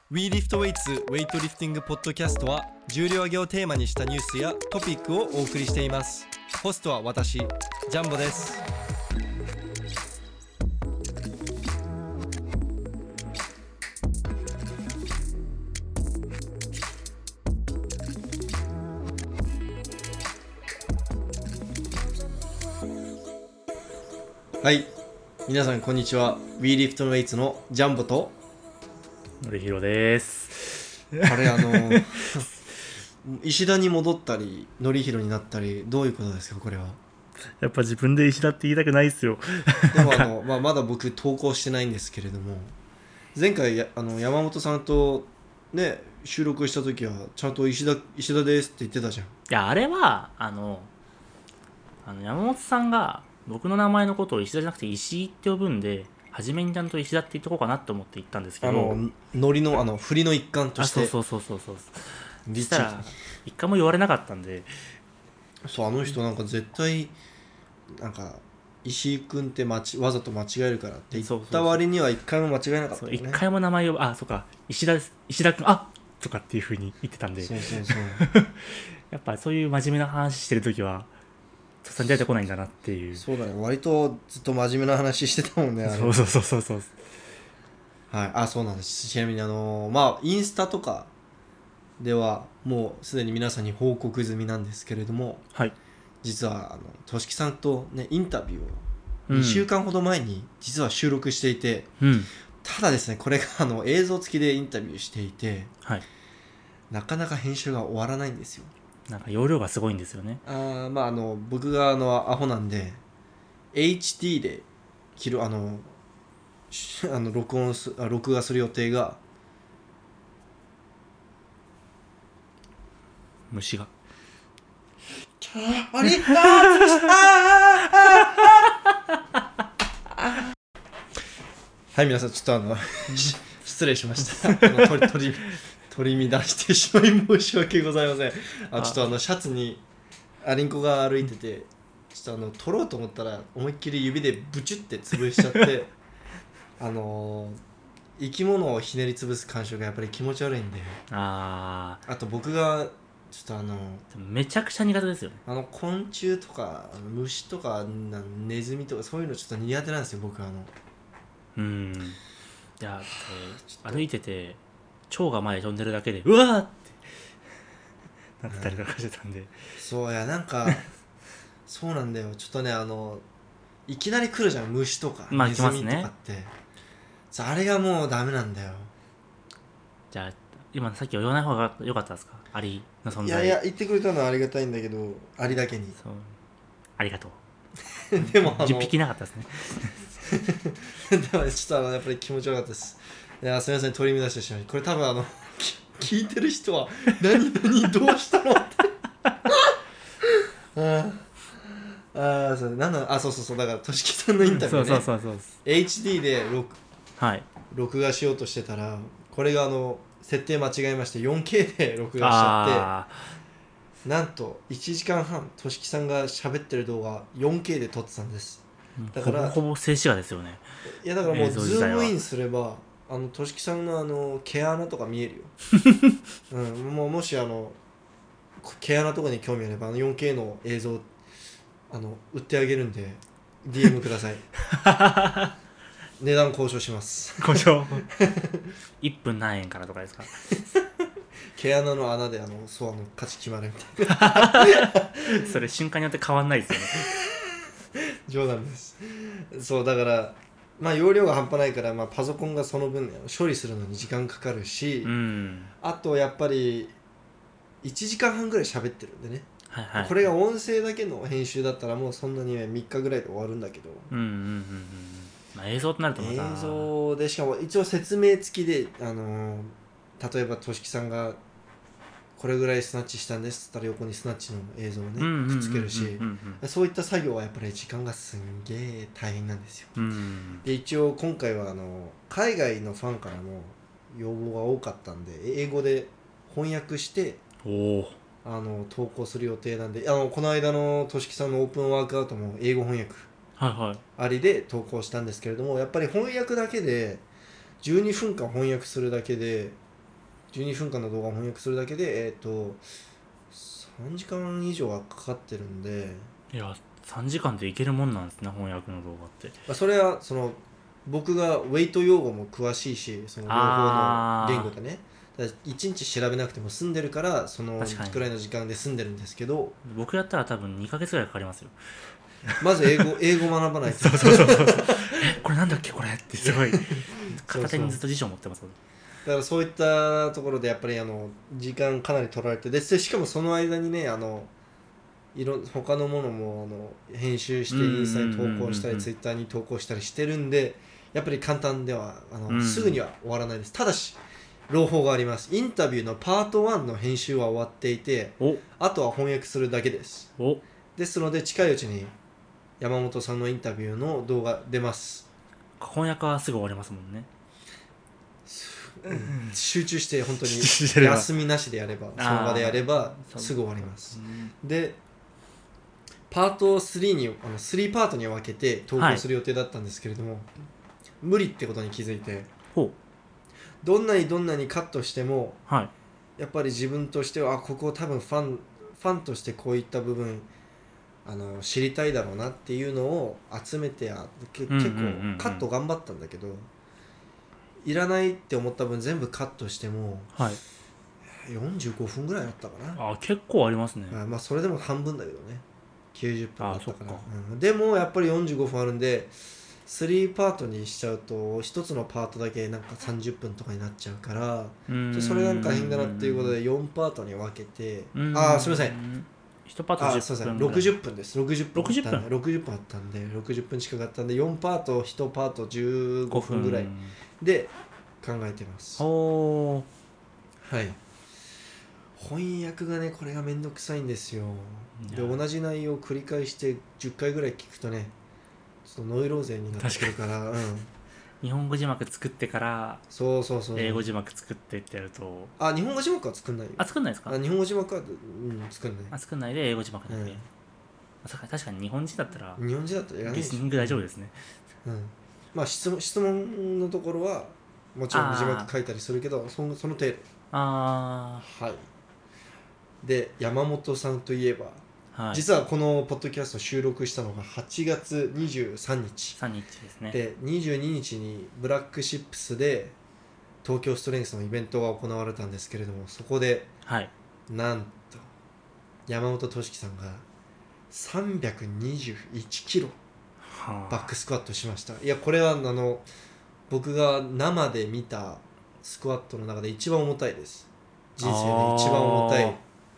We Lift Weights ウェイトリフティングポッドキャストは重量挙げをテーマにしたニュースやトピックをお送りしています。ホストは私、ジャンボです。はい、皆さんこんにちは。 We Lift Weights のジャンボとのりひろです。 あれ石田に戻ったりのりひろになったり、どういうことですかこれは。 やっぱ自分で石田って言いたくないっすよ。 でもまだ僕投稿してないんですけれども、前回山本さんとね収録した時はちゃんと石田ですって言ってたじゃん。 いや、あれは山本さんが僕の名前のことを石田じゃなくて石井って呼ぶんで、初めにちゃんと石田って言っとこうかなって思って言ったんですけど、 ノリの振りの一環として。 そうそしたら一回も言われなかったんで。 そう、あの人なんか絶対なんか石井くんってわざと間違えるからって言った割には一回も間違えなかったよね。 一回も名前をそうか石田です、石田くんとかっていう風に言ってたんで。 そうやっぱそういう真面目な話してるときはとっさに出てこないんだなっていう。 そうだね、割とずっと真面目な話してたもんね。 そうはい、そうなんです。ちなみにインスタとかではもうすでに皆さんに報告済みなんですけれども、 はい、 実はとしきさんとねインタビューを2週間ほど前に実は収録していて、ただですね、これが映像付きでインタビューしていて、 はい、 なかなか編集が終わらないんですよ。 なんか容量がすごいんですよね。 僕がアホなんで HD で録画する予定が、 虫があれはい、皆さんちょっと失礼しました取り乱してしまい申し訳ございません。ちょっとシャツにアリンコが歩いてて、ちょっと取ろうと思ったら思いっきり指でブチュって潰しちゃって生き物をひねり潰す感触がやっぱり気持ち悪いんで、あと僕がちょっとめちゃくちゃ苦手ですよね。 昆虫とか虫とかネズミとかそういうのちょっと苦手なんですよ僕。 いや歩いてて蝶が前飛んでるだけでうわーってなってたりとかしてたんで、 そうや、なんかそうなんだよ。ちょっとねいきなり来るじゃん、虫とかネズミとかって、あれがもうダメなんだよ。 じゃあ今さっきは言わない方が良かったですか、アリの存在。 いや言ってくれたのはありがたいんだけど、アリだけにそう、ありがとうでも 10匹いなかったですねでもちょっとやっぱり気持ち悪かったです。いや、すみません、取り乱してしまい、これ多分聞いてる人は何どうしたのってそうだからとしきさんのインタビューね、 そう HD ではい録画しようとしてたら、これが設定間違えまして 4K で録画しちゃって、なんと1時間半としきさんが喋ってる動画 4K で撮ってたんです。だからほぼ静止画ですよね。 いやだからもうズームインすればとしきさんの毛穴とか見えるよもし毛穴とかに興味あれば4K の映像売ってあげるんで DM ください値段交渉します。 交渉1分何円からとかですか毛穴の穴で価値決まるみたいなそれ瞬間によって変わんないですよね冗談です。そうだから容量が半端ないから、パソコンがその分処理するのに時間かかるし、あとやっぱり1時間半ぐらい喋ってるんでね、これが音声だけの編集だったらもうそんなに3日ぐらいで終わるんだけど、 映像となるとまた映像で、しかも一応説明付きで例えばとしきさんがこれぐらいスナッチしたんですって言ったら横にスナッチの映像をねくっつけるし、そういった作業はやっぱり時間がすんげえ大変なんですよ。で一応今回は海外のファンからも要望が多かったんで英語で翻訳して投稿する予定なんで、この間のとしきさんのオープンワークアウトも英語翻訳ありで投稿したんですけれども、やっぱり翻訳だけで12分間翻訳するだけで 12分間の動画を翻訳するだけで3時間以上はかかってるんで、 いや3時間でいけるもんなんですね、翻訳の動画って。 それは僕がウェイト用語も詳しいし、その両方の言語がね、1日調べなくても済んでるから、そのくらいの時間で済んでるんですけど、 僕やったら多分2ヶ月ぐらいかかりますよ。 まず英語学ばないと。 そうこれなんだっけこれってすごい片手にずっと辞書持ってます。 だからそういったところでやっぱり時間かなり取られて、でしかもその間にね他のものも編集してインスタに投稿したりツイッターに投稿したりしてるんで、やっぱり簡単ではすぐには終わらないです。ただし朗報があります。インタビューのパート1の編集は終わっていて、あとは翻訳するだけです。ですので近いうちに山本さんのインタビューの動画出ます。 翻訳はすぐ終わりますもんね。 集中して本当に休みなしでやれば、その場でやればすぐ終わります。でパート3に3パートに分けて投稿する予定だったんですけれども、無理ってことに気づいて、どんなにカットしても、やっぱり自分としてはここ多分ファンとしてこういった部分知りたいだろうなっていうのを集めて結構カット頑張ったんだけど、いらないって思った分全部カットしても、45分ぐらいだったかな。 結構ありますね。 それでも半分だけどね、90分だったから。でもやっぱり45分あるんで、3パートにしちゃうと1つのパートだけなんか30分とかになっちゃうから、それなんか変だなっていうことで4パートに分けて、すみません、 1パート10分ぐらい。 60分です。60分あったんで、60分近くあったんで、4パート1パート15分ぐらいで考えてます。はい。翻訳がね、これがめんどくさいんですよ。で同じ内容を繰り返して10回ぐらい聞くとね、ちょっとノイローゼになってくるから、 日本語字幕作ってから英語字幕作ってってやると、 日本語字幕は作んないよ。 作んないですか？ 日本語字幕は、作んない。 作んないで英語字幕だけ、確かに日本人だったらいらないリスニング大丈夫ですね。 質問のところはもちろん字幕書いたりするけど、その程度。はい。で山本さんといえば、実はこのポッドキャスト収録したのが8月23日ですね。 で22日にブラックシップスで東京ストレングスのイベントが行われたんですけれども、そこで、なんと山本俊樹さんが321キロバックスクワットしました。いや、これは僕が生で見たスクワットの中で一番重たいです。人生で一番重たい。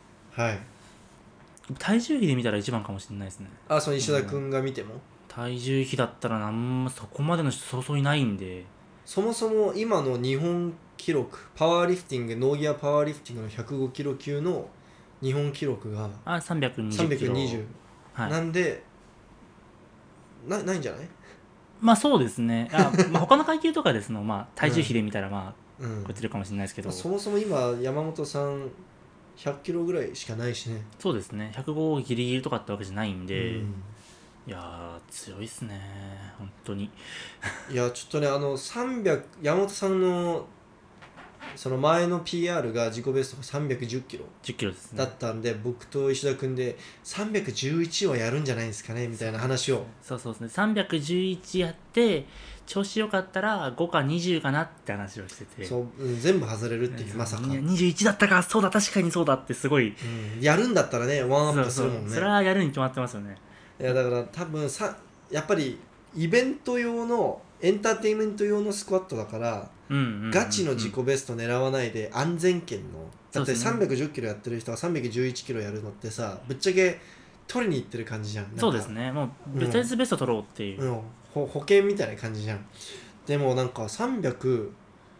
体重比で見たら一番かもしれないですね。 その石田君が見ても、 体重比だったらそこまでの人そうそういないんで、 そもそも今の日本記録、パワーリフティング、ノーギアパワーリフティングの105キロ級の日本記録が 320キロなんで、ないんじゃない？ そうですね。他の階級とかですの、体重比で見たら超えてるかもしれないですけど、 そもそも今山本さん100キロぐらいしかないしね。 そうですね。105ギリギリとかってわけじゃないんで、いや強いっすね本当に。 いやちょっとね300山本さんのその前の PR が自己ベストが310キロですねだったんで、僕と石田君で311はやるんじゃないですかねみたいな話を。 そうですね。311やって調子良かったら5か20かなって話をしてて、 全部外れるっていう、まさか 21だったか、そうだ確かにそうだってすごい、 やるんだったらねワンアップするもんね。 それはやるに決まってますよね。 いやだから多分やっぱりイベント用のエンターテインメント用のスクワットだから、ガチの自己ベスト狙わないで安全圏の、だって310キロやってる人は311キロやるのってさ、ぶっちゃけ取りに行ってる感じじゃん。 そうですね。もうとりあえずベスト取ろうっていう、 保険みたいな感じじゃん。でもなんか311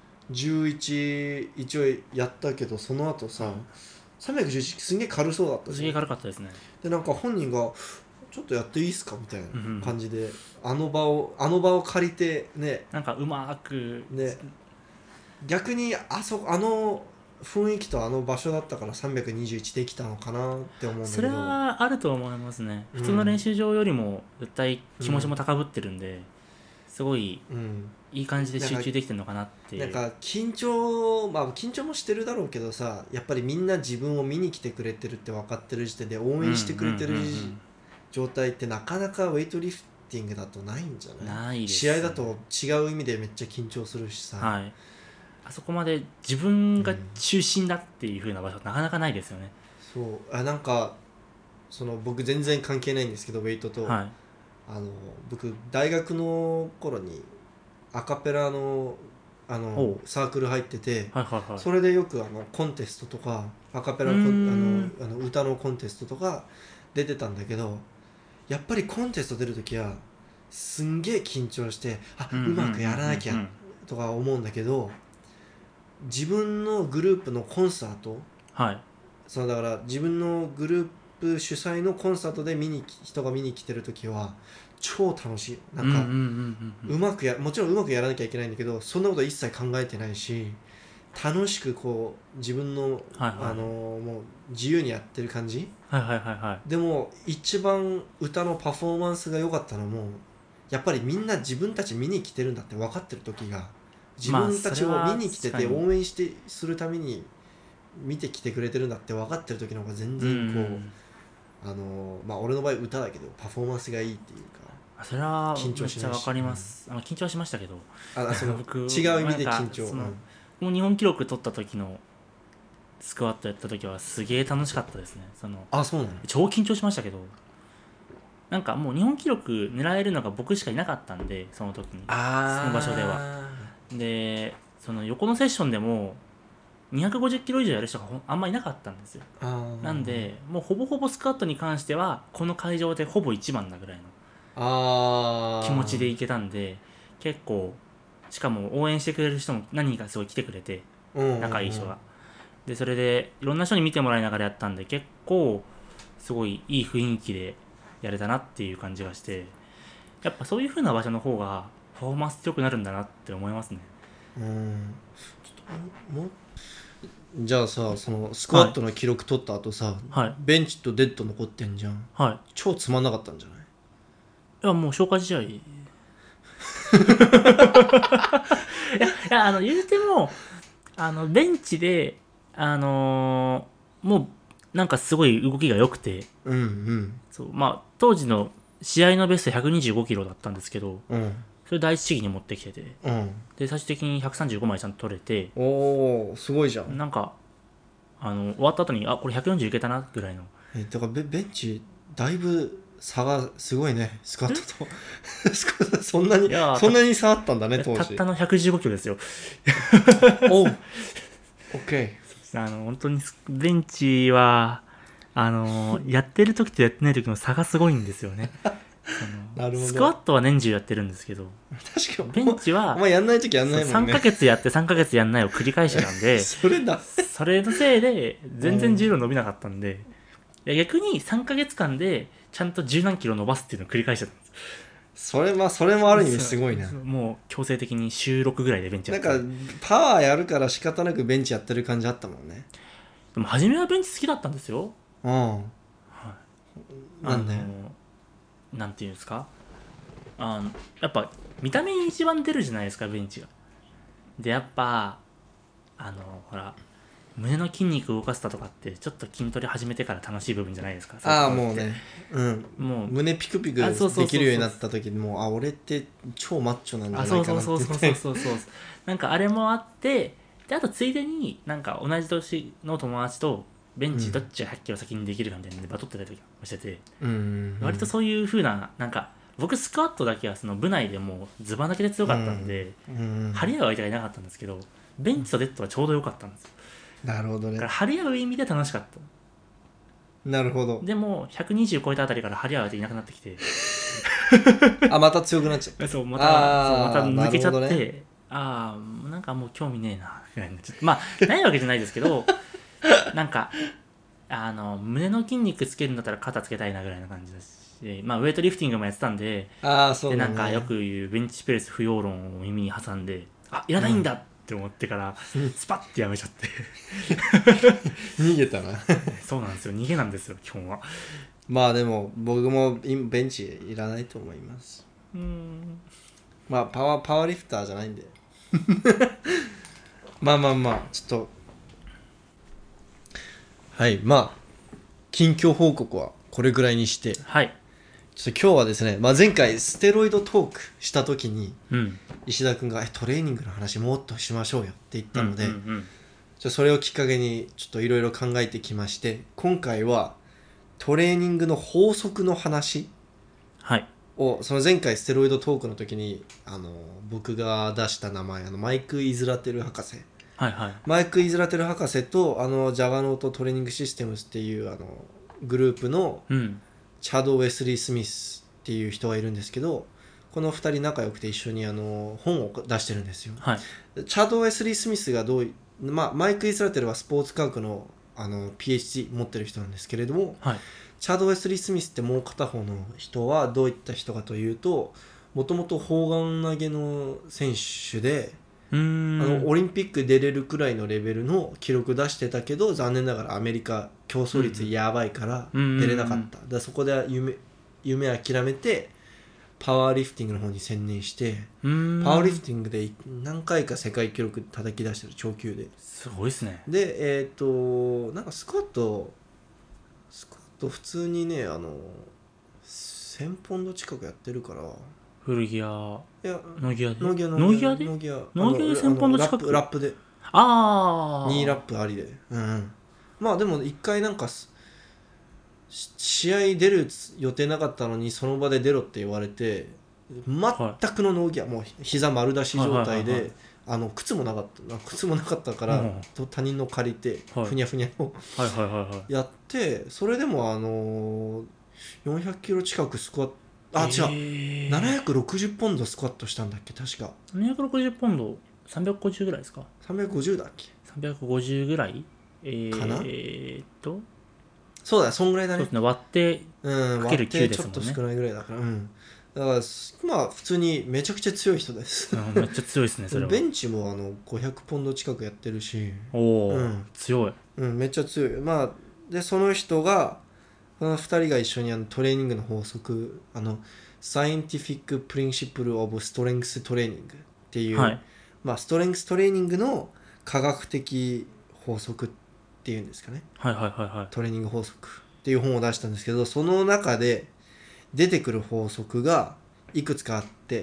一応やったけど、その後さ、311すげえ軽そうだった。 すげえ軽かったですね。 でなんか本人がちょっとやっていいっすかみたいな感じで、あの場を借りてね、 なんかうまくね、逆にあの雰囲気とあの場所だったから321できたのかなって思うんだけど。 それはあると思いますね。普通の練習場よりも絶対気持ちも高ぶってるんで、すすごいいい感じで集中できてるのかなっていう。 なんか緊張もしてるだろうけどさ、やっぱりみんな自分を見に来てくれてるって分かってる時点で応援してくれてる状態ってなかなかウェイトリフティングだとないんじゃない？ ないです、 試合だと違う意味でめっちゃ緊張するしさ、 はい、あそこまで自分が中心だっていう風な場所なかなかないですよね。 そうなんか僕全然関係ないんですけどウェイトと、 はい、 僕大学の頃にアカペラのサークル入ってて、 はいはいはい、 それでよくコンテストとかアカペラの歌のコンテストとか出てたんだけど、やっぱりコンテスト出るときはすんげえ緊張してうまくやらなきゃとか思うんだけど、自分のグループのコンサート、 はい、 だから自分のグループ主催のコンサートで人が見に来てるときは超楽しい。なんかもちろんうまくやらなきゃいけないんだけど、そんなこと一切考えてないし、楽しくこう自分の、もう自由にやってる感じ、でも一番歌のパフォーマンスが良かったのもやっぱりみんな自分たち見に来てるんだって分かってる時が、自分たちを見に来てて応援するために見てきてくれてるんだって分かってる時の方が全然こう、俺の場合歌だけどパフォーマンスがいいっていうか、 それは緊張しないし、 めっちゃ分かります、緊張しましたけど、 僕違う意味で緊張、 もう日本記録取った時のスクワットやった時はすげえ楽しかったですね。 そうなの？ 超緊張しましたけど、なんかもう日本記録狙えるのが僕しかいなかったんで、その時にその場所では。でその横のセッションでも250キロ以上やる人があんまいなかったんですよ。なんでもうほぼほぼスクワットに関してはこの会場でほぼ一番なぐらいの気持ちでいけたんで、結構しかも応援してくれる人も何人かすごい来てくれて、仲いい人がで、それでいろんな人に見てもらいながらやったんで、結構すごいいい雰囲気でやれたなっていう感じがして、やっぱそういう風な場所の方がパフォーマンス強くなるんだなって思いますね。 ちょっとじゃあさ、そのスクワットの記録取った後さ、 はい、 ベンチとデッド残ってんじゃん、 はい、 超つまんなかったんじゃない？ いやもう消化試合いや言うてもベンチでもうなんかすごい動きが良くて、そう当時の試合のベスト125キロだったんですけど、それ第一試技に持ってきてて、で最終的に135枚ちゃんと取れて、 おおすごいじゃん。 なんか終わった後にこれ140いけたなぐらいの。 だからベンチだいぶ差がすごいね、スクワットとそんなに差あったんだね当時。 たったの115キロですよおう OK。 本当にベンチはやってる時とやってない時の差がすごいんですよねなるほど。 スクワットは年中やってるんですけど、 確かベンチはお前やんない時やんないもんね。 3ヶ月やって3ヶ月やんないを繰り返してたんでそれのせいで全然重量伸びなかったんで、逆に3ヶ月間でちゃんと十何キロ伸ばすっていうのを繰り返してたんです。 それもある意味すごいな。 もう強制的に週6ぐらいでベンチやってなんかパワーやるから仕方なくベンチやってる感じあったもんね。 でも初めはベンチ好きだったんですよ。 はい、なんでなんていうんですか、やっぱ見た目に一番出るじゃないですかベンチが。でやっぱほら胸の筋肉を動かせたとかってちょっと筋トレ始めてから楽しい部分じゃないですか。 もうね、もう胸ピクピクできるようになった時にもう俺って超マッチョなんじゃないかなって。 そうなんかあれもあって、であとついでになんか同じ年の友達とベンチどっちが100キロ先にできるかみたいなバトってたりとかもしてて、割とそういう風な、なんか僕スクワットだけはその部内でもうズバ抜けで強かったんで、張り合う相手がいなかったんですけど、ベンチとデッドはちょうど良かったんですよ。 なるほどね。 だから張り合う意味で楽しかった。 なるほど。 でも120超えたあたりから張り合う相手いなくなってきてまた強くなっちゃった。 また抜けちゃって、ね、なんかもう興味ねえなぐらいになっちゃって、ないわけじゃないですけどなんか胸の筋肉つけるんだったら肩つけたいなぐらいな感じだし、ウェイトリフティングもやってたんで、 そうだね、 でなんかよく言うベンチプレス不要論を耳に挟んで、いらないんだって思ってからスパッてやめちゃって逃げたなそうなんですよ、逃げなんですよ基本は。 でも僕もベンチいらないと思います。 まあパワーリフターじゃないんでまあちょっとはいまあ近況報告はこれぐらいにして、 はい、 ちょっと今日はですね、まあ、前回ステロイドトークした時に、 うん、 石田君がトレーニングの話もっとしましょうよって言ったので、 うんうんうん、 それをきっかけにちょっといろいろ考えてきまして、今回はトレーニングの法則の話を、その前回ステロイドトークの時に僕が出した名前マイク・イズラテル博士、 はいはい、 マイク・イズラテル博士とジャガノートトレーニングシステムズっていうグループのチャド・ウェスリー・スミスっていう人がいるんですけど、この2人仲良くて一緒に本を出してるんですよ、 はい、 チャド・ウェスリー・スミスがマイク・イズラテルはスポーツ科学のPhD 持ってる人なんですけれども、 はい、 チャド・ウェスリー・スミスってもう片方の人はどういった人かというと、もともと砲丸投げの選手でオリンピック出れるくらいのレベルの記録出してたけど、残念ながらアメリカ競争率やばいから出れなかった、だからそこで夢諦めてパワーリフティングの方に専念して、パワーリフティングで何回か世界記録叩き出してる、長級ですごいですね。 でなんかスクワット普通にね1000ポンド近くやってるから、 古着屋、 いや野木屋で農業野木屋で1000ポンド近くラップで2ラップありで、まあでも一回なんか試合出る予定なかったのにその場で出ろって言われて、全くの農業、もう膝丸出し状態で、靴もなかったから、他人の借りて、ふにゃふにゃをやって、それでも400キロ近くスクワット、違う、760ポンドスクワットしたんだっけ、確か 760ポンド350ぐらいですか。 350だっけ、 350ぐらいかな、そうだ、そんぐらいだね。 そうですね、割ってかける9ですもんね。 ちょっと少ないぐらいだから、だからまあ普通にめちゃくちゃ強い人ですめっちゃ強いですね、それは。 ベンチも500ポンド近くやってるし、 強い、 めっちゃ強い。まあでその人が、この2人が一緒にトレーニングの法則、Scientific Principle of Strength Training っていう、まあストレングストレーニングの科学的法則っていうんですかね、トレーニング法則っていう本を出したんですけど、その中で出てくる法則がいくつかあって、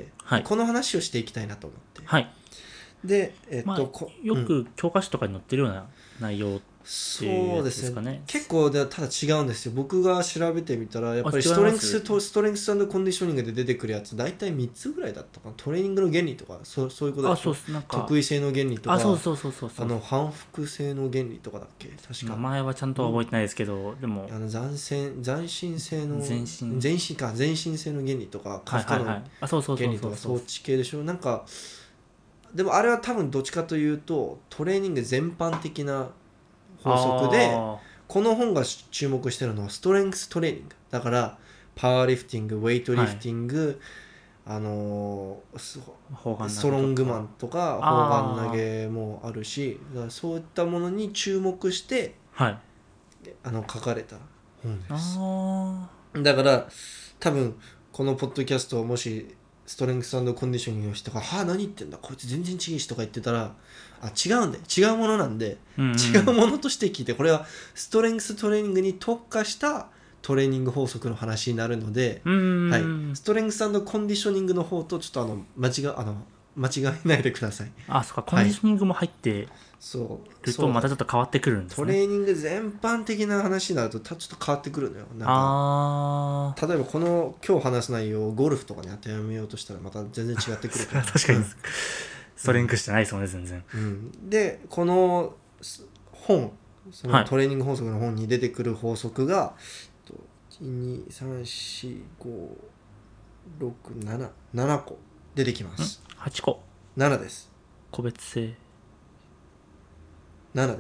この話をしていきたいなと思って、で、 よく教科書とかに載ってるような内容そうですね、結構ただ違うんですよ。僕が調べてみたらやっぱりストレングス&コンディショニングで出てくるやつ大体3つぐらいだったかな。トレーニングの原理とかそういうことだっけ、得意性の原理とか、反復性の原理とかだっけ、確か。 名前はちゃんとは覚えてないですけど、でも斬新性の前進性の原理とか、カフカの原理とか、そっち系でしょ。なんかでもあれは多分どっちかというとトレーニング全般的な法則で、この本が注目してるのはストレングストレーニングだから、パワーリフティング、ウェイトリフティング、ストロングマンとか砲丸投げもあるし、だからそういったものに注目して、書かれた本です。だから多分このポッドキャストをもしストレングス&コンディショニングの人が何言ってんだこいつ全然違いしとか言ってたら、違うんで、違うものなんで、違うものとして聞いて、これはストレングストレーニングに特化したトレーニング法則の話になるので、ストレングス&コンディショニングの方とちょっと間違えないでください。 そうか、コンディショニングも入ってるとまたちょっと変わってくるんですね。 トレーニング全般的な話になるとちょっと変わってくるのよ。なんか例えば今日話す内容をゴルフとかに当てはめようとしたらまた全然違ってくるから確かに、ストレングスじゃないですもんね、全然。 でこの本、そのトレーニング法則の本に出てくる法則が、1,2,3,4,5,6,7個出てきます。 8個。 7です。 個別性。 7です。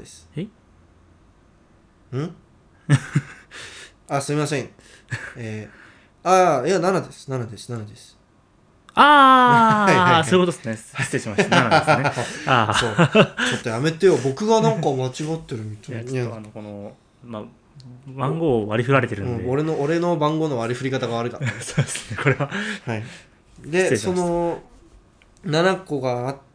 すみません。いや7です。7です。7です。 そういうことですね。失礼しました。7ですね。 そう。ちょっとやめてよ。僕がなんか間違ってるみたいな。 ちょっとこの番号を割り振られてるんで。 俺の番号の割り振り方が悪かった。 そうですね。これは。 でその 7個があって、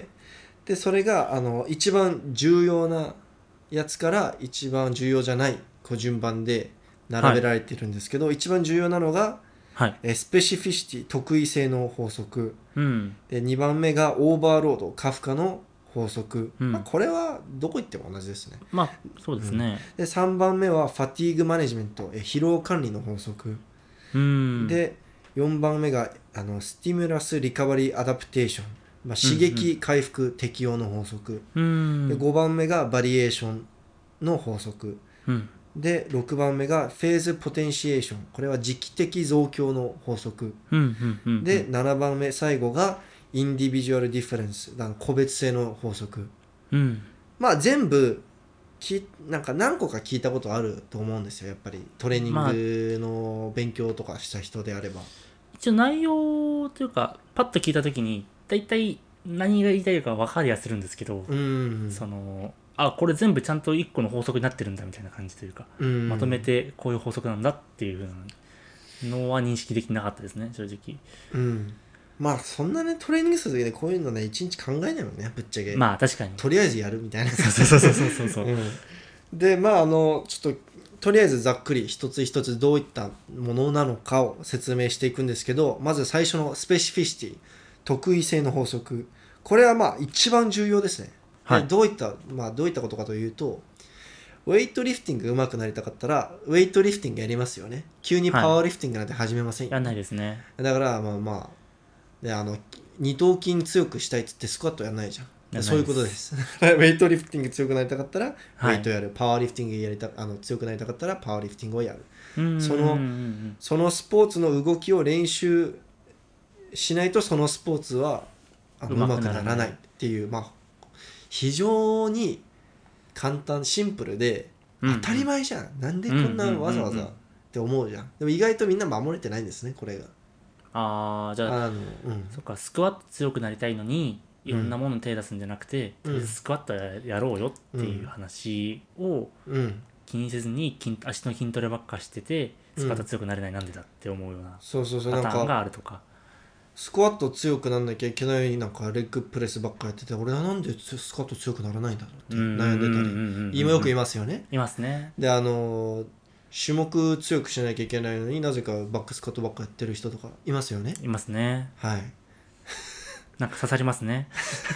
でそれが一番重要なやつから一番重要じゃない順番で並べられてるんですけど、一番重要なのが、スペシフィシティ、特異性の法則、で2番目がオーバーロード、カフカの法則、これはどこ行っても同じですね。 そうですね。 で3番目はファティーグマネジメント、疲労管理の法則、で4番目がスティムラスリカバリーアダプテーション、刺激回復適応の法則、で5番目がバリエーションの法則、で6番目がフェーズポテンシエーション、これは時期的増強の法則、で7番目最後がインディビジュアルディフェレンス、個別性の法則、全部なんか何個か聞いたことあると思うんですよ、やっぱりトレーニングの勉強とかした人であれば。 一応内容というかパッと聞いた時に大体何が言いたいか分かりはするんですけど、これ全部ちゃんと1個の法則になってるんだみたいな感じというか、まとめてこういう法則なんだっていうのは認識できなかったですね、正直。 そんなね、トレーニングする時でこういうのね、一日考えないもんね、ぶっちゃけ。 確かにとりあえずやるみたいな。 そうでちょっととりあえずざっくり一つ一つどういったものなのかを説明していくんですけど、まず最初のスペシフィシティ、特異性の法則、これは一番重要ですね。どういったことかというと、ウェイトリフティング上手くなりたかったらウェイトリフティングやりますよね。急にパワーリフティングなんて始めませんよ、 やんないですね。 だからで二頭筋強くしたいっつってスクワットやんないじゃん。そういうことです。ウェイトリフティング強くなりたかったらウェイトやる、パワーリフティング強くなりたかったらパワーリフティングをやる。そのスポーツの動きを練習しないとそのスポーツはうまくならないっていう、非常に簡単シンプルで当たり前じゃん、なんでこんなわざわざって思うじゃん。でも意外とみんな守れてないんですね、これが。 じゃあそっか、スクワット強くなりたいのにいろんなものに手出すんじゃなくて、スクワットやろうよっていう話を気にせずに足の筋トレばっかしててスクワット強くなれない、なんでだって思うようなパターンがあるとか。 スクワット強くなんなきゃいけないなんかレッグプレスばっかやってて、俺はなんでスクワット強くならないんだろうって悩んでたり、今よくいますよね。 いますね。 で種目強くしなきゃいけないのになぜかバックスカットばっかやってる人とかいますよね。 いますね。 はい。 なんか刺さりますね。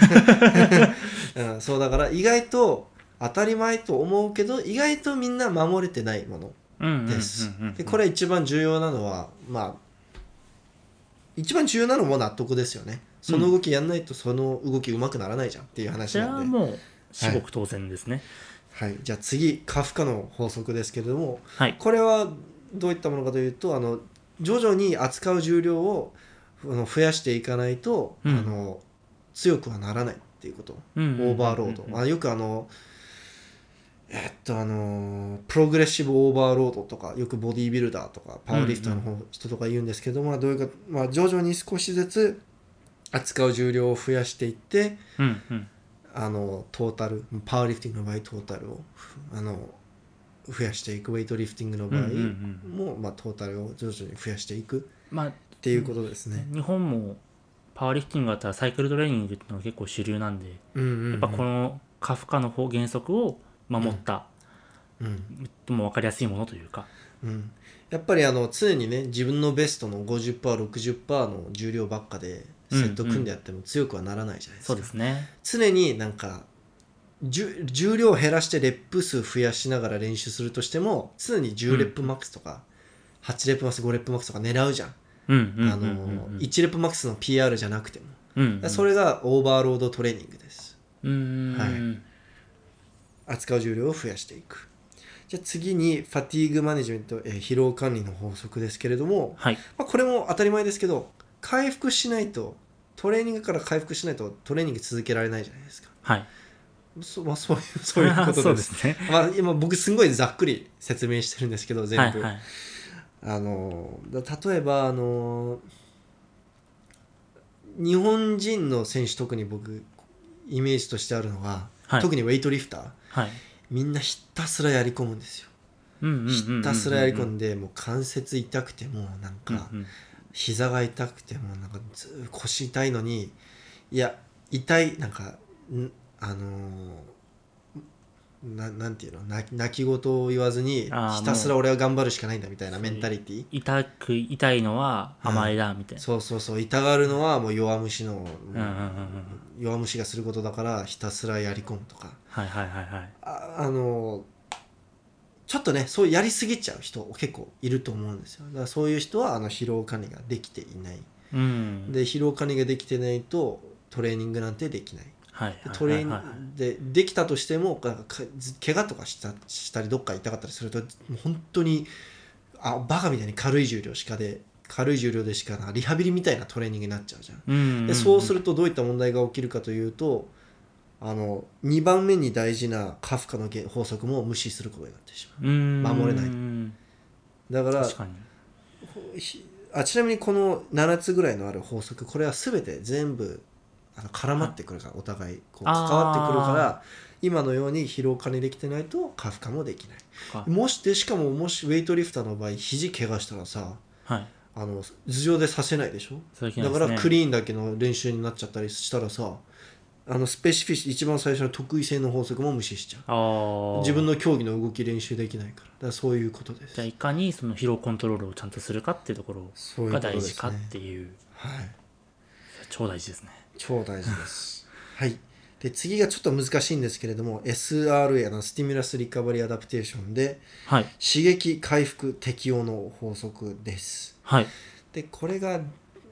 そうだから意外と当たり前と思うけど意外とみんな守れてないものです。でこれ一番重要なのは一番重要なのも納得ですよね。その動きやんないとその動き上手くならないじゃんっていう話なんで。 じゃあもう至極当然ですね。 じゃあ次カフカの法則ですけれども、 これはどういったものかというと徐々に扱う重量を増やしていかないと、強くはならないっていうこと、オーバーロード、よくプログレッシブオーバーロードとかよくボディービルダーとかパワーリフターの人とか言うんですけど、どういうか、徐々に少しずつ扱う重量を増やしていって、トータルパワーリフティングの場合トータルを増やしていく、ウェイトリフティングの場合も、トータルを徐々に増やしていくっていうことですね。 日本もパワーリフティングだったらサイクルトレーニングっていうのが結構主流なんで、やっぱこのカフカの原則を守った、とも分かりやすいものというか、 やっぱり常にね自分のベストの 50%、60% の重量ばっかでセット組んでやっても強くはならないじゃないですか。 そうですね。 常になんか重量を減らしてレップ数増やしながら練習するとしても常に10レップマックスとか、8レップマックス5レップマックスとか狙うじゃん。1レップマックスの PR じゃなくても、それがオーバーロードトレーニングです。扱う重量を増やしていく。じゃあ次にファティーグマネジメント、疲労管理の法則ですけれども、これも当たり前ですけど回復しないとトレーニングから回復しないとトレーニング続けられないじゃないですか。そういうことです。 ですね。 今僕すごいざっくり説明してるんですけど全部、例えば日本人の選手特に僕イメージとしてあるのが、特にウェイトリフター、みんなひたすらやり込むんですよ。ひたすらやり込んでもう関節痛くてもなんか膝が痛くてもなんか腰痛いのにいや痛いなんかなんていうの泣き言を言わずにひたすら俺は頑張るしかないんだみたいなメンタリティ痛いのは甘えだみたいな、 そうそうそう、痛がるのはもう弱虫弱虫がすることだからひたすらやり込むとか、 はいはいはいはい、 ちょっとねそうやりすぎちゃう人結構いると思うんですよ。だからそういう人は疲労管理ができていない、 うん、 で疲労管理ができてないとトレーニングなんてできない、 はいはいはいはい、 トレーニングできたとしても怪我とかしたりどっか痛かったりするともう本当にバカみたいに軽い重量でしかリハビリみたいなトレーニングになっちゃうじゃん、 うんうんうん、 でそうするとどういった問題が起きるかというと2番目に大事なカフカの法則も無視することになってしまう、守れない。だから確かにちなみにこの7つぐらいのある法則、これは全て全部絡まってくるから、お互いこう関わってくるから、今のように疲労管理できてないとカフカもできない。しかもウェイトリフターの場合肘怪我したらさ、 はい、 頭上でさせないでしょ、 ね、 だからクリーンだけの練習になっちゃったりしたらさ、スペシフィッシュ一番最初の得意性の法則も無視しちゃう。自分の競技の動き練習できないから、だからそういうことです。 じゃあいかにその疲労コントロールをちゃんとするかっていうところが大事かっていう、 はい、 超大事ですね。 超大事ですはいで次がちょっと難しいんですけれども SRA スティミュラスリカバリーアダプテーションで、 はい、 刺激回復適応の法則です。 はい、 でこれが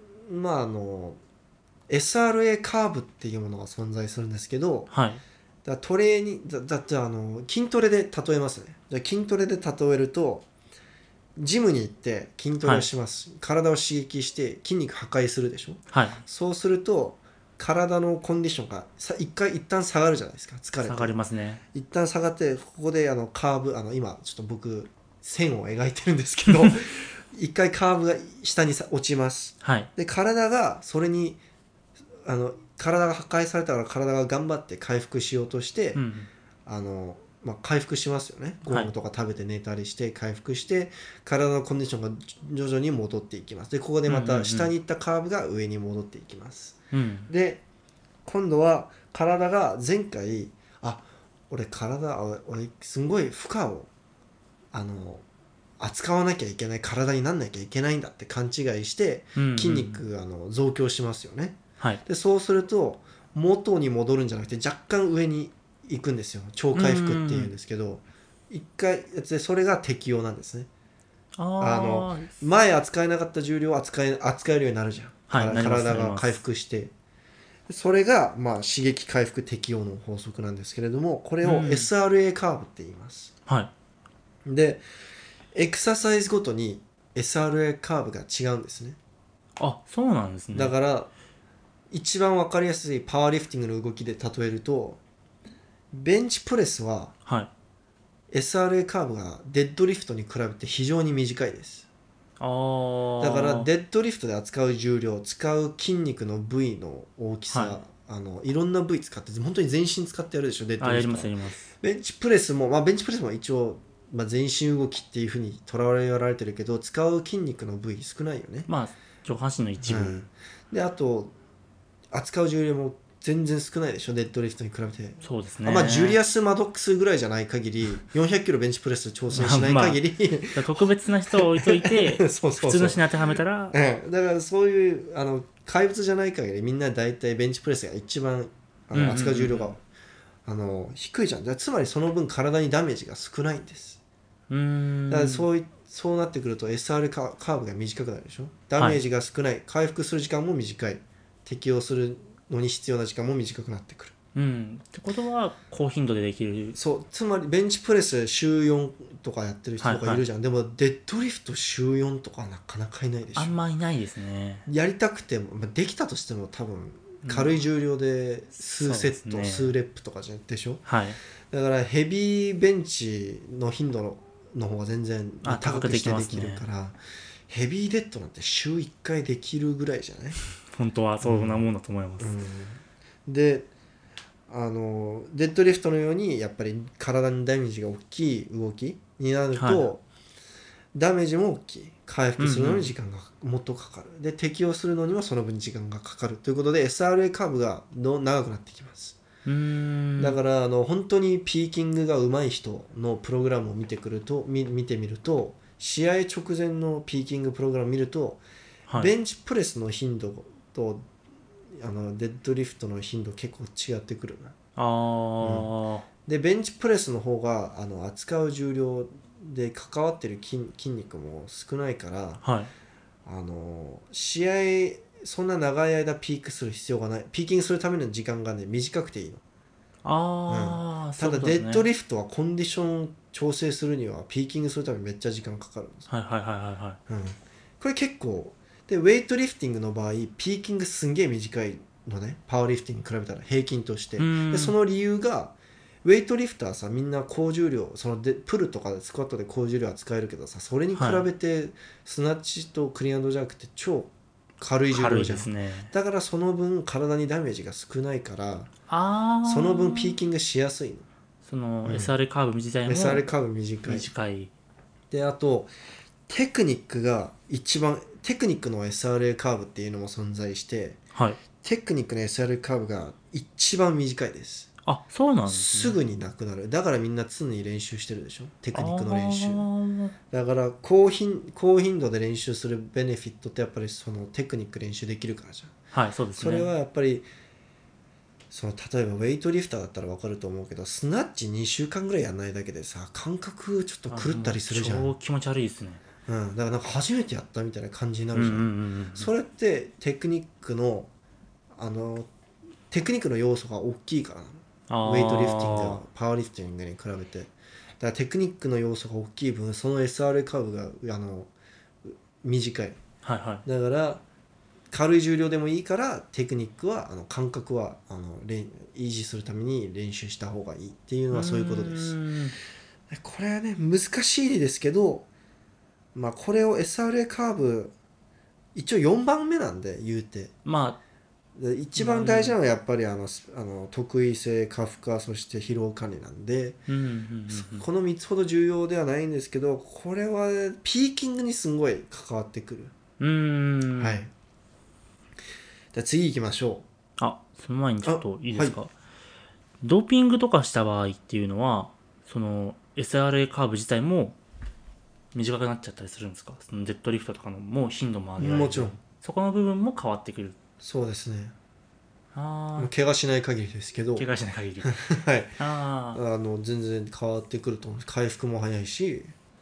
SRA カーブっていうものが存在するんですけど、 はい、 だトレーニングじゃあ筋トレで例えますね。じゃあ筋トレで例えるとジムに行って筋トレをします、はい、体を刺激して筋肉破壊するでしょ、 はい、 そうすると体のコンディションが一旦下がるじゃないですか。疲れて下がりますね。 一旦下がって、ここでカーブ今ちょっと僕線を描いてるんですけど一回カーブが下に落ちます、 はい、 で体がそれに体が破壊されたから体が頑張って回復しようとして、回復しますよね。ご飯とか食べて寝たりして回復して体のコンディションが徐々に戻っていきます。でここでまた下に行ったカーブが上に戻っていきます、で今度は体が前回俺すんごい負荷を扱わなきゃいけない体になんなきゃいけないんだって勘違いして筋肉増強しますよね、 はい、 でそうすると元に戻るんじゃなくて若干上に行くんですよ。超回復っていうんですけど、一回でそれが適応なんですね。前扱えなかった重量を扱えるようになるじゃん、はい、体が回復して、それが刺激回復適応の法則なんですけれども、これを SRA カーブって言います、 はい、 でエクササイズごとに SRA カーブが違うんですね。 そうなんですね。 だから一番分かりやすいパワーリフティングの動きで例えると、ベンチプレスは SRA カーブがデッドリフトに比べて非常に短いです。だからデッドリフトで扱う重量、使う筋肉の部位の大きさ、いろんな部位使って本当に全身使ってやるでしょ、デッドリフトは。 やります。 ベンチプレスも、ベンチプレスも一応、全身動きっていうふうにとらわれてるけど、使う筋肉の部位少ないよね。 上半身の一部、 であと扱う重量も全然少ないでしょ、デッドリフトに比べて。 そうですね。 ジュリアス・マドックスぐらいじゃない限り400キロベンチプレス挑戦しない限り、 特別な人を置いといて普通の人に当てはめたら、 だからそういう怪物じゃない限りみんな大体ベンチプレスが一番扱う重量が低いじゃん。だからつまりその分体にダメージが少ないんです。だからそうなってくると SR カーブが短くなるでしょ。ダメージが少ない、回復する時間も短い、適応するのに必要な時間も短くなってくる。 ってことは高頻度でできる。 そうつまりベンチプレス週4とかやってる人とかいるじゃん、でもデッドリフト週4とかなかなかいないでしょ。 あんまいないですね。 やりたくても、できたとしても多分軽い重量で数セット、数レップとかでしょ、だからヘビーベンチの頻度の方が全然高くしてできるから、ヘビーデッドなんて週1回できるぐらいじゃない？ 本当はそんなもんだと思います、 でデッドリフトのようにやっぱり体にダメージが大きい動きになると、 ダメージも大きい、回復するのに時間がもっとかかる、で適応するのにもその分時間がかかるということで SRA カーブが長くなってきます。だから本当にピーキングが上手い人のプログラムを見てみると、試合直前のピーキングプログラムを見ると、はい、ベンチプレスの頻度とデッドリフトの頻度結構違ってくるな。でベンチプレスの方が扱う重量で関わってる 筋肉も少ないから、はい、試合そんな長い間ピークする必要がない、ピーキングするための時間がね短くていいの。ただデッドリフトはコンディション調整するにはピーキングするためにめっちゃ時間かかるんです。これ結構で、ウェイトリフティングの場合ピーキングすんげえ短いのね、パワーリフティングに比べたら平均として。でその理由がウェイトリフターさ、みんな高重量プルとかスクワットで高重量は使えるけどさ、それに比べてスナッチとクリーン&ジャークって超軽い重量じゃん、だからその分体にダメージが少ないから、その分ピーキングしやすいの。 その SR カーブ自体も SR カーブ短いで、あとテクニックの SRA カーブっていうのも存在して、はい、テクニックの SR カーブが一番短いです。 そうなんですね。すぐになくなる。だからみんな常に練習してるでしょ、テクニックの練習。だから高頻度で練習するベネフィットってやっぱりそのテクニック練習できるからじゃん。はい、そうですね。それはやっぱり例えばウェイトリフターだったら分かると思うけど、スナッチ2週間ぐらいやらないだけでさ、感覚ちょっと狂ったりするじゃん。 超気持ち悪いですね。 だからなんか初めてやったみたいな感じになるじゃん。それってテクニックの要素が大きいからなの。ウェイトリフティングがパワーリフティングに比べて。だからテクニックの要素が大きい分、その SRA カーブが短い。はいはい、だから軽い重量でもいいからテクニックは感覚は維持するために練習した方がいいっていうのはそういうことです。これはね難しいですけど、これを SRA カーブ一応4番目なんで言うて、一番大事なのはやっぱり特異性、過負荷、そして疲労管理なんで、この3つほど重要ではないんですけど、これはピーキングにすごい関わってくる。はい。じゃあ次行きましょう。その前にちょっといいですか、はい、ドーピングとかした場合っていうのはその SRA カーブ自体も短くなっちゃったりするんですか？そのデッドリフトとかのもう頻度も上げられる。もちろんそこの部分も変わってくる。 そうですね。怪我しない限りですけど、 怪我しない限りはい、全然変わってくると思う。回復も早いし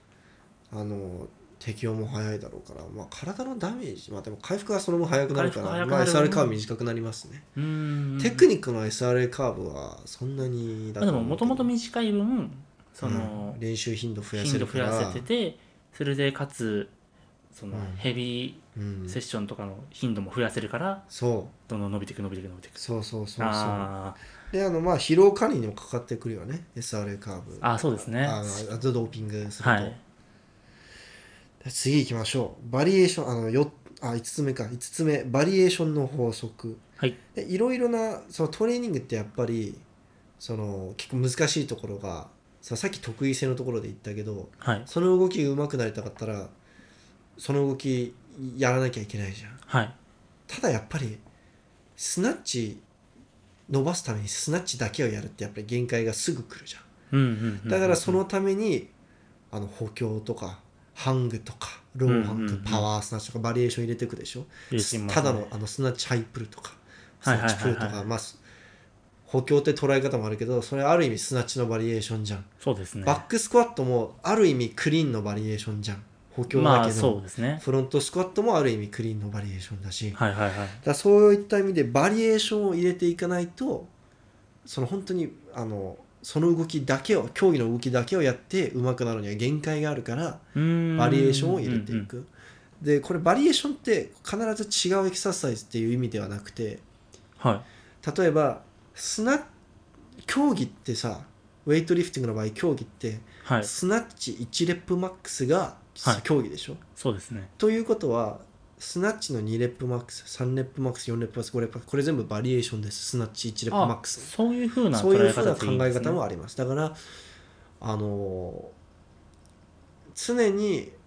適応も早いだろうから、体のダメージ、でも回復がその分早くなるから、SRA カーブ短くなりますね。テクニックの SRA カーブはそんなにだと思うけど、でももともと短い分練習頻度増やせるから、 頻度増やせてて、それでかつヘビーセッションとかの頻度も増やせるから、どんどん伸びていく。 そうで疲労管理にもかかってくるよね、 SRA カーブ。 そうですね。 ドーピングすると、はい、次行きましょう。バリエーション5つ目5つ目、バリエーションの法則。いろいろなトレーニングってやっぱり結構難しいところがさっき得意性のところで言ったけど、はい、その動きが上手くなりたかったらその動きやらなきゃいけないじゃん。はい、ただやっぱりスナッチ伸ばすためにスナッチだけをやるってやっぱり限界がすぐ来るじゃん。だからそのために補強とかハングとかローハング、パワースナッチとかバリエーション入れていくでしょ。ただのスナッチハイプルとかスナッチプルとか、補強って捉え方もあるけど、それある意味スナッチのバリエーションじゃん。 そうですね。 バックスクワットもある意味クリーンのバリエーションじゃん。補強だけど、 そうですね。 フロントスクワットもある意味クリーンのバリエーションだし、だそういった意味でバリエーションを入れていかないと、本当にその動きだけを、競技の動きだけをやって上手くなるには限界があるから、バリエーションを入れていく。でこれバリエーションって必ず違うエクササイズっていう意味ではなくて、はい、例えば競技ってさ、ウェイトリフティングの場合競技って、はい、スナッチ1レップマックスが競技でしょ。 そうですね。 ということはスナッチの2レップマックス、3レップマックス、4レップマックス、5レップマックス、これ全部バリエーションです。スナッチ1レップマックス。 そういうふうな考え方もあります。だから常に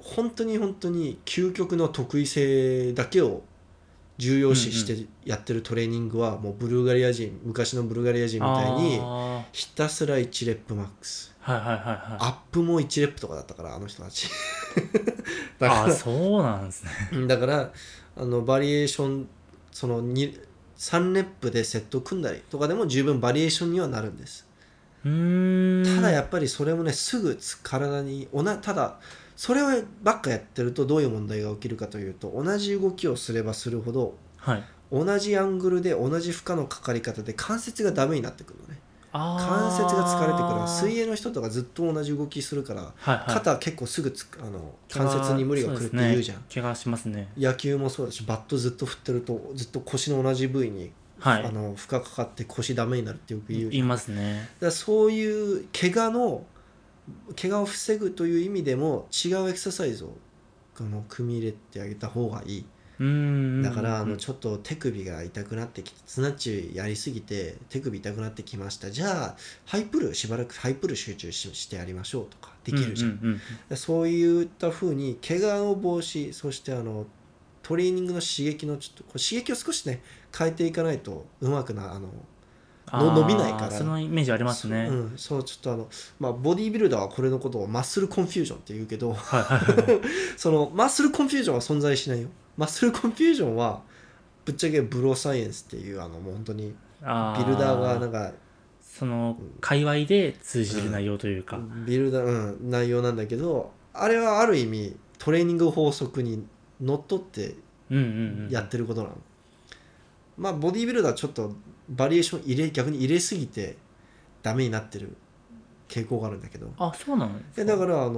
本当に究極の得意性だけを重要視してやってるトレーニングはもう昔のブルガリア人みたいにひたすら1レップマックス、 はいはいはいはい、 アップも1レップとかだったからあの人たちだからそうなんですね。 だからバリエーションその3レップでセット組んだりとかでも十分バリエーションにはなるんです。ただやっぱりそれもねすぐ体にただそれをばっかやってるとどういう問題が起きるかというと、同じ動きをすればするほど、 はい、 同じアングルで同じ負荷のかかり方で関節がダメになってくるのね。関節が疲れてくる。水泳の人とかずっと同じ動きするから、はいはい、肩結構すぐ関節に無理が来るって言うじゃん。 怪我しますね。 野球もそうだし、バットずっと振ってるとずっと腰の同じ部位に、はい、負荷かかって腰ダメになるってよく言うじゃん。 言いますね。 だからそういう怪我を防ぐという意味でも違うエクササイズを組み入れてあげた方がいい。だからちょっと手首が痛くなってきてスナッチやりすぎて手首痛くなってきました、じゃあしばらくハイプル集中してやりましょうとかできるじゃん、そういった風に怪我を防止、そしてトレーニングの刺激のちょっと刺激を少しね変えていかないとうまく伸びないから。 そのイメージありますね。 そうちょっとボディービルダーはこれのことをマッスルコンフュージョンって言うけど、そのマッスルコンフュージョンは存在しないよ。マッスルコンフュージョンはぶっちゃけブローサイエンスっていうもう本当にビルダーがなんかその界隈で通じる内容というか、 ビルダー、内容なんだけど、あれはある意味トレーニング法則にのっとってやってることなの。ボディービルダーちょっとバリエーション逆に入れすぎてダメになってる傾向があるんだけど。 あ、そうなの？ だから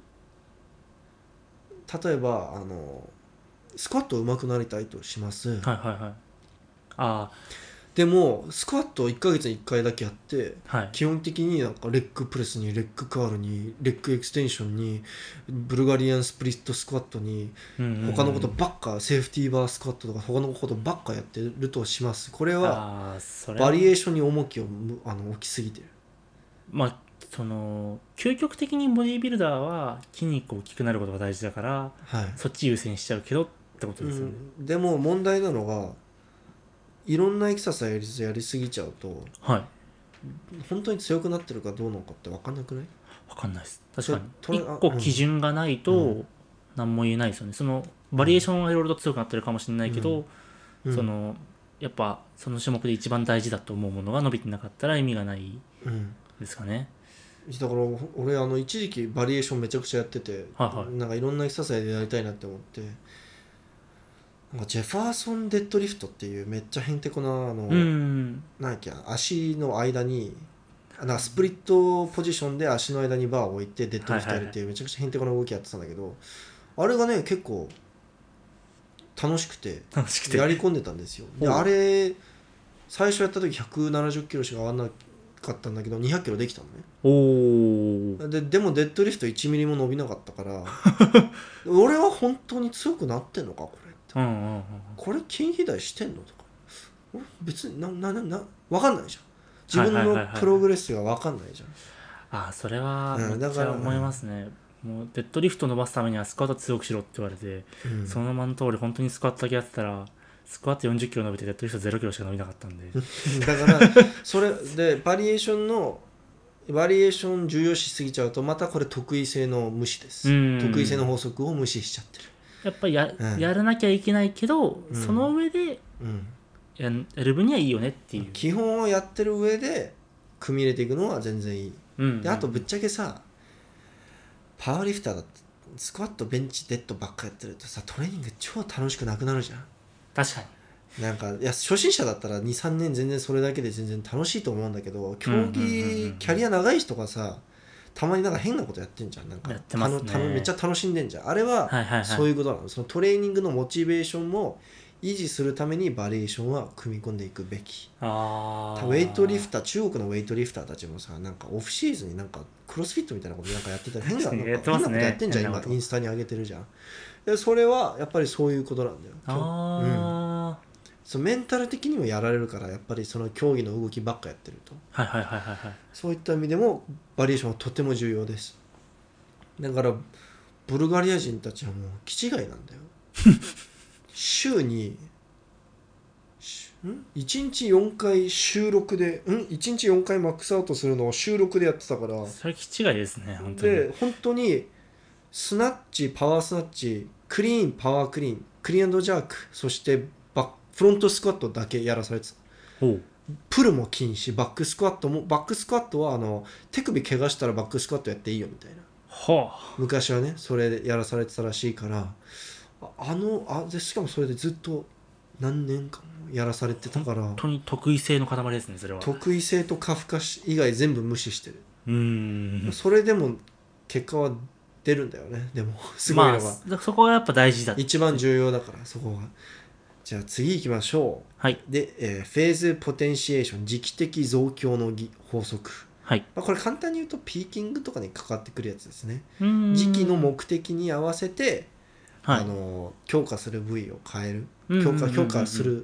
例えばスクワット上手くなりたいとします。でもスクワットを1ヶ月に1回だけやって、基本的になんかレッグプレスにレッグカールにレッグエクステンションにブルガリアンスプリットスクワットに他のことばっか、セーフティーバースクワットとか他のことばっかやってるとします。これはバリエーションに重きを置きすぎてる。 その究極的にボディービルダーは筋肉大きくなることが大事だから、そっち優先しちゃうけどってことですよね。 でも問題なのがいろんなエクササイズやりすぎちゃうと、本当に強くなってるかどうなのかって分かんなくない？ 分かんないです。確かに一個基準がないと何も言えないですよね。そのバリエーションはいろいろと強くなってるかもしれないけど、そのやっぱその種目で一番大事だと思うものが伸びてなかったら意味がないですかね。 だから俺一時期バリエーションめちゃくちゃやってて、なんかいろんなエクササイズやりたいなって思って、なんかジェファーソンデッドリフトっていうめっちゃへんてこななんやっけ、足の間になんかスプリットポジションで足の間にバーを置いてデッドリフトやるっていうめちゃくちゃへんてこな動きやってたんだけど、あれがね結構楽しくてやり込んでたんですよ。であれ最初やった時170キロしか上がんなかったんだけど200キロできたのね。でもデッドリフト1ミリも伸びなかったから俺は本当に強くなってんのかこれって、これ筋肥大してんのとか別に分かんないじゃん。自分のプログレスが分かんないじゃん。 それはめっちゃ思いますね。もうデッドリフト伸ばすためにはスクワット強くしろって言われて、そのままの通り本当にスクワットだけやってたらスクワット40キロ伸びてデッドリフト0キロしか伸びなかったんでだからそれでバリエーション重要視しすぎちゃうとまたこれ得意性の無視です。得意性の法則を無視しちゃってる。 やっぱりやらなきゃいけないけど、その上でやる分にはいいよねっていう基本をやってる上で組み入れていくのは全然いい。であとぶっちゃけさ、パワーリフターだってスクワットベンチデッドばっかやってるとさ、トレーニング超楽しくなくなるじゃん。 確かになんかいや初心者だったら 2,3 年全然それだけで全然楽しいと思うんだけど、競技キャリア長い人がさたまになんか変なことやってんじゃん。なんかやってますね。 めっちゃ楽しんでんじゃん。あれはそういうことなの。そのトレーニングのモチベーションも維持するためにバリエーションは組み込んでいくべき。ウェイトリフター、中国のウェイトリフターたちもさ、なんかオフシーズンになんかクロスフィットみたいなことなんかやってたり変なことやってんじゃん。今インスタに上げてるじゃん。でそれはやっぱりそういうことなんだよ。そのメンタル的にもやられるから、やっぱりその競技の動きばっかやってると、そういった意味でもバリエーションはとても重要です。だからブルガリア人たちはもう気違いなんだよ週に1日4回収録で1日4回マックスアウトするのを週6でやってたから。 それ気違いですね本当に。 で本当にスナッチ、パワースナッチ、クリーン、パワークリーン、クリーン&ジャーク、そしてフロントスクワットだけやらされてた。プルも禁止。バックスクワットも、バックスクワットは手首怪我したらバックスクワットやっていいよみたいな、昔はねそれでやらされてたらしいから、でしかもそれでずっと何年間もやらされてたから、 本当に得意性の塊ですねそれは。 得意性と過負荷以外全部無視してる。それでも結果は出るんだよね。でもすごいのは、 そこがやっぱ大事だ、 一番重要だからそこが。じゃあ次行きましょう。 はい。 で、フェーズポテンシエーション、時期的増強の法則。 はい。 これ簡単に言うとピーキングとかにかかってくるやつですね。時期の目的に合わせて、はい、強化する部位を変える、強化する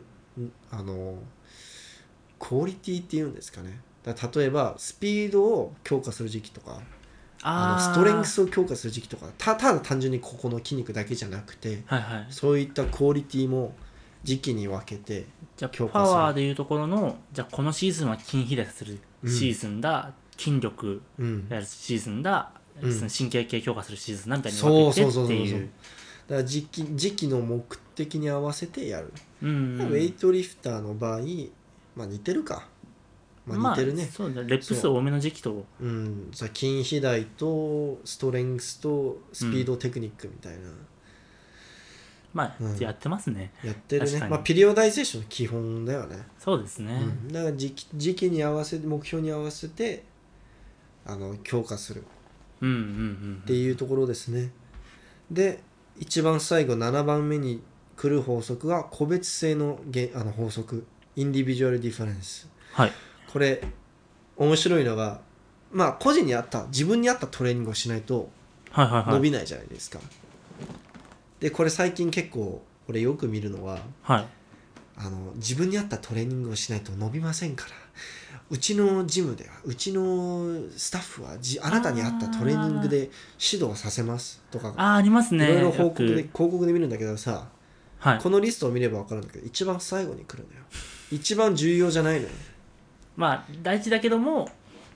クオリティっていうんですかね。例えばスピードを強化する時期とか、ストレングスを強化する時期とか、ただ単純にここの筋肉だけじゃなくて、はいはい、そういったクオリティも時期に分けて強化する。 じゃあパワーでいうところの、じゃあこのシーズンは筋肥大するシーズンだ、筋力やるシーズンだ、神経系強化するシーズンだみたいに分けてっていう。 だから時期の目的に合わせてやる。ウェイトリフターの場合、似てるか。似てるね。 そうだ、レップ数多めの時期と、 筋肥大とストレングスとスピードテクニックみたいな。 やってますね。 やってるね。ピリオダイゼーションの基本だよね。 そうですね。 だから時期に合わせて、目標に合わせて強化するっていうところですね。で一番最後7番目に来る法則は個別性の法則、インディビジュアルディファレンス。 はい。 これ面白いのが、個人に合った自分に合ったトレーニングをしないと伸びないじゃないですか。でこれ最近結構俺よく見るのは、自分に合ったトレーニングをしないと伸びませんから、うちのジムではうちのスタッフはあなたに合ったトレーニングで指導させますとか、 ありますね。 いろいろ広告で見るんだけどさ、このリストを見れば分かるんだけど一番最後に来るのよ。一番重要じゃないのよ。 大事だけども、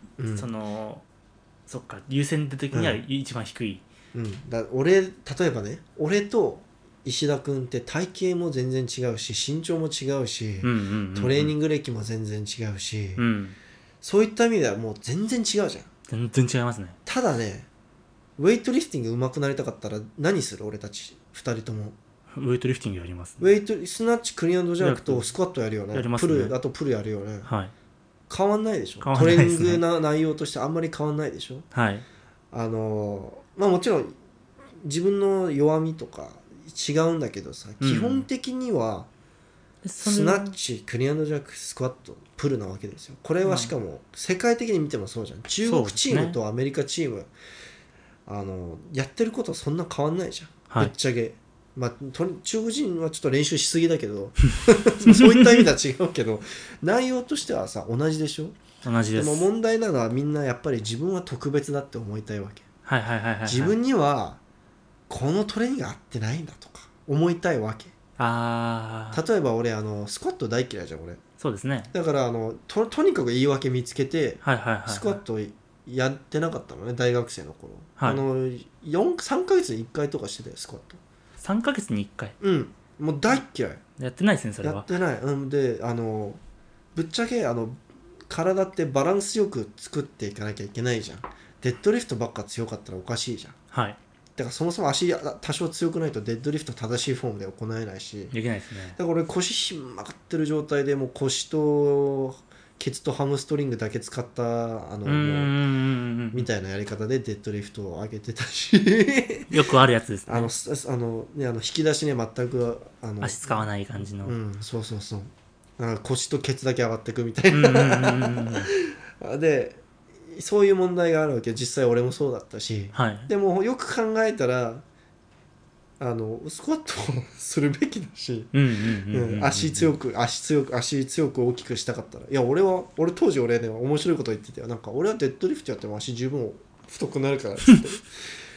そっか、優先的には一番低い。 だ例えばね、俺と石田君って体型も全然違うし、身長も違うし、トレーニング歴も全然違うし、そういった意味ではもう全然違うじゃん。 全然違いますね。 ただね、ウェイトリフティング上手くなりたかったら何する？俺たち2人ともウェイトリフティングやります、 ね。スナッチ、クリーン&ジャークとスクワットやるよね。 やりますね。 あとプルやるよね。 はい。 変わんないでしょ。 変わんないですね。 トレーニングの内容としてあんまり変わんないでしょ。 はい。 もちろん自分の弱みとか違うんだけどさ、基本的にはスナッチ、クリーン&ジャーク、スクワット、プルなわけですよ。これはしかも世界的に見てもそうじゃん。中国チームとアメリカチーム、やってることはそんな変わんないじゃん、ぶっちゃけ。中国人はちょっと練習しすぎだけどそういった意味では違うけど内容としてはさ同じでしょ。 同じです。 でも問題なのはみんなやっぱり自分は特別だって思いたいわけ。自分にはこのトレーニングが合ってないんだとか思いたいわけ。例えば俺スクワット大嫌いじゃん俺。 そうですね。 だからとにかく言い訳見つけてスクワットやってなかったのね、大学生の頃。3ヶ月に1回とかしてたよスクワット。 3ヶ月に1回。 もう大嫌い。 やってないですねそれは。 やってない。でぶっちゃけ体ってバランスよく作っていかなきゃいけないじゃん。デッドリフトばっか強かったらおかしいじゃん。 はい。 だからそもそも足多少強くないとデッドリフト正しいフォームで行えないし。 できないですね。 だから俺腰ひん曲がってる状態でもう腰とケツとハムストリングだけ使ったみたいなやり方でデッドリフトを上げてたしよくあるやつですね。 引き出しね全く足使わない感じの。 そうなんか腰とケツだけ上がってくみたいなでそういう問題があるわけ。実際俺もそうだったし、でもよく考えたらスクワットをするべきだし、足強く大きくしたかったら、いや俺当時ね面白いこと言ってて、なんか俺はデッドリフトやっても足十分太くなるからっつって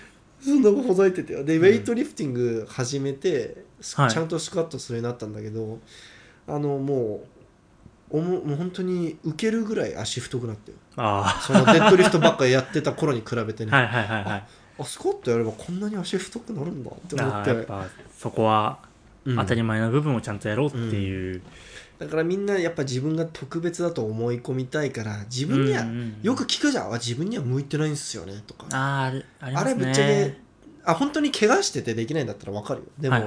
そんなことほざいててで、ウェイトリフティング始めて、 はいちゃんとスクワットするようになったんだけど、もう本当に受けるぐらい足太くなってよ。そのデッドリフトばっかりやってた頃に比べてねはいはいはいはい。 スクワットやればこんなに足太くなるんだって思って。 やっぱそこは当たり前の部分をちゃんとやろうっていう、 だからみんなやっぱ自分が特別だと思い込みたいから、自分には、よく聞くじゃん、自分には向いてないんですよねとか。 ありますね。 あれぶっちゃけ本当に怪我しててできないんだったら分かるよ。でも、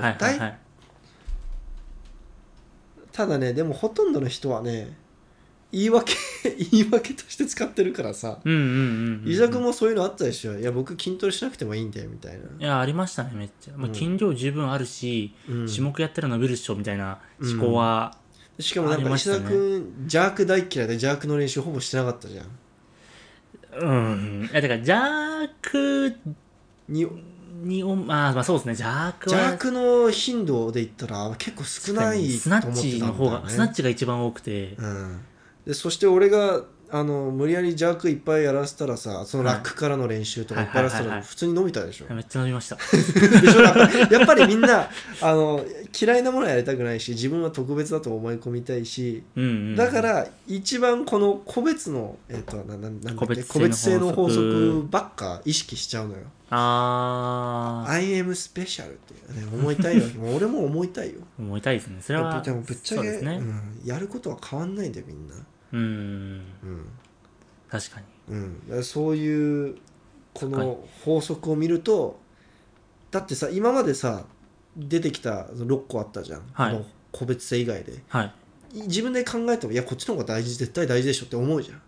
ただね、でもほとんどの人はね、言い訳として使ってるからさ。伊沢もそういうのあったでしょ。いや僕筋トレしなくてもいいんだよみたいな。 いやありましたね、めっちゃ、筋量十分あるし、種目やったら伸びるっしょみたいな思考は、 しかもなんか石田君ジャーク大嫌いでジャークの練習ほぼしてなかったじゃん。 だからジャークにまあそうですね、ジャークの頻度で言ったら結構少ないと思ってたんだよね。 スナッチの方がスナッチが一番多くて、 でそして俺が無理やりジャークいっぱいやらせたらさ、そのラックからの練習とかいっぱいやらせたら普通に伸びたでしょ。 めっちゃ伸びましたでしょ。やっぱりみんな嫌いなものはやりたくないし、自分は特別だと思い込みたいし、だから一番この個別の個別性の法則ばっか意識しちゃうのよ。I am special っていうね、思いたいわけ。もう俺も思いたいよ。 思いたいですね。それはでもぶっちゃけ、やることは変わんないんだよみんな。 確かに。 そういうこの法則を見ると、だってさ、今までさ出てきた6個あったじゃん、この個別性以外で、自分で考えてもいやこっちの方が絶対大事でしょって思うじゃん。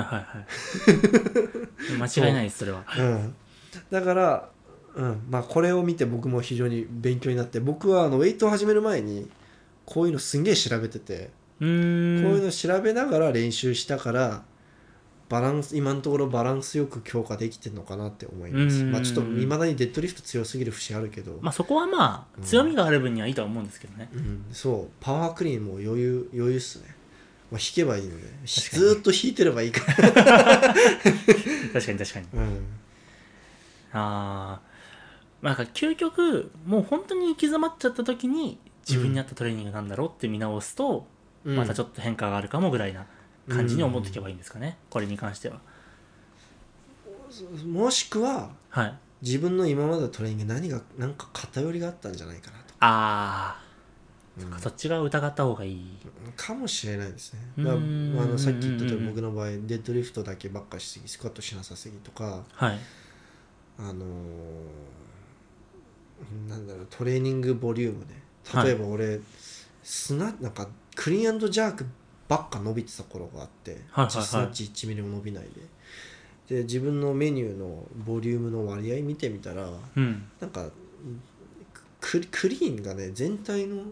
間違いないですそれは。 だから、まあこれを見て僕も非常に勉強になって、僕はウェイトを始める前にこういうのすんげえ調べてて、こういうの調べながら練習したから、今のところバランスよく強化できてるのかなって思います。まあちょっと未だにデッドリフト強すぎる節あるけど、 まあそこはまあ強みがある分にはいいとは思うんですけどね。 そうパワークリーンも余裕っすね。まあ、弾けばいいので、ずっと弾いてればいいから確かに、なんか究極もう本当に行き詰まっちゃった時に自分に合ったトレーニングなんだろうって見直すと、またちょっと変化があるかもぐらいな感じに思っていけばいいんですかね、これに関しては。 もしくは、自分の今までのトレーニングなんか偏りがあったんじゃないかなと。 そっちが疑った方がいいかもしれないですね。さっき言ったとおり僕の場合デッドリフトだけばっかしすぎ、スクワットしなさすぎとか、なんだろう、トレーニングボリュームで、例えば俺、なんかクリーン&ジャークばっか伸びてた頃があって、スナッチ1ミリも伸びないで自分のメニューのボリュームの割合見てみたら、なんかクリーンがね全体の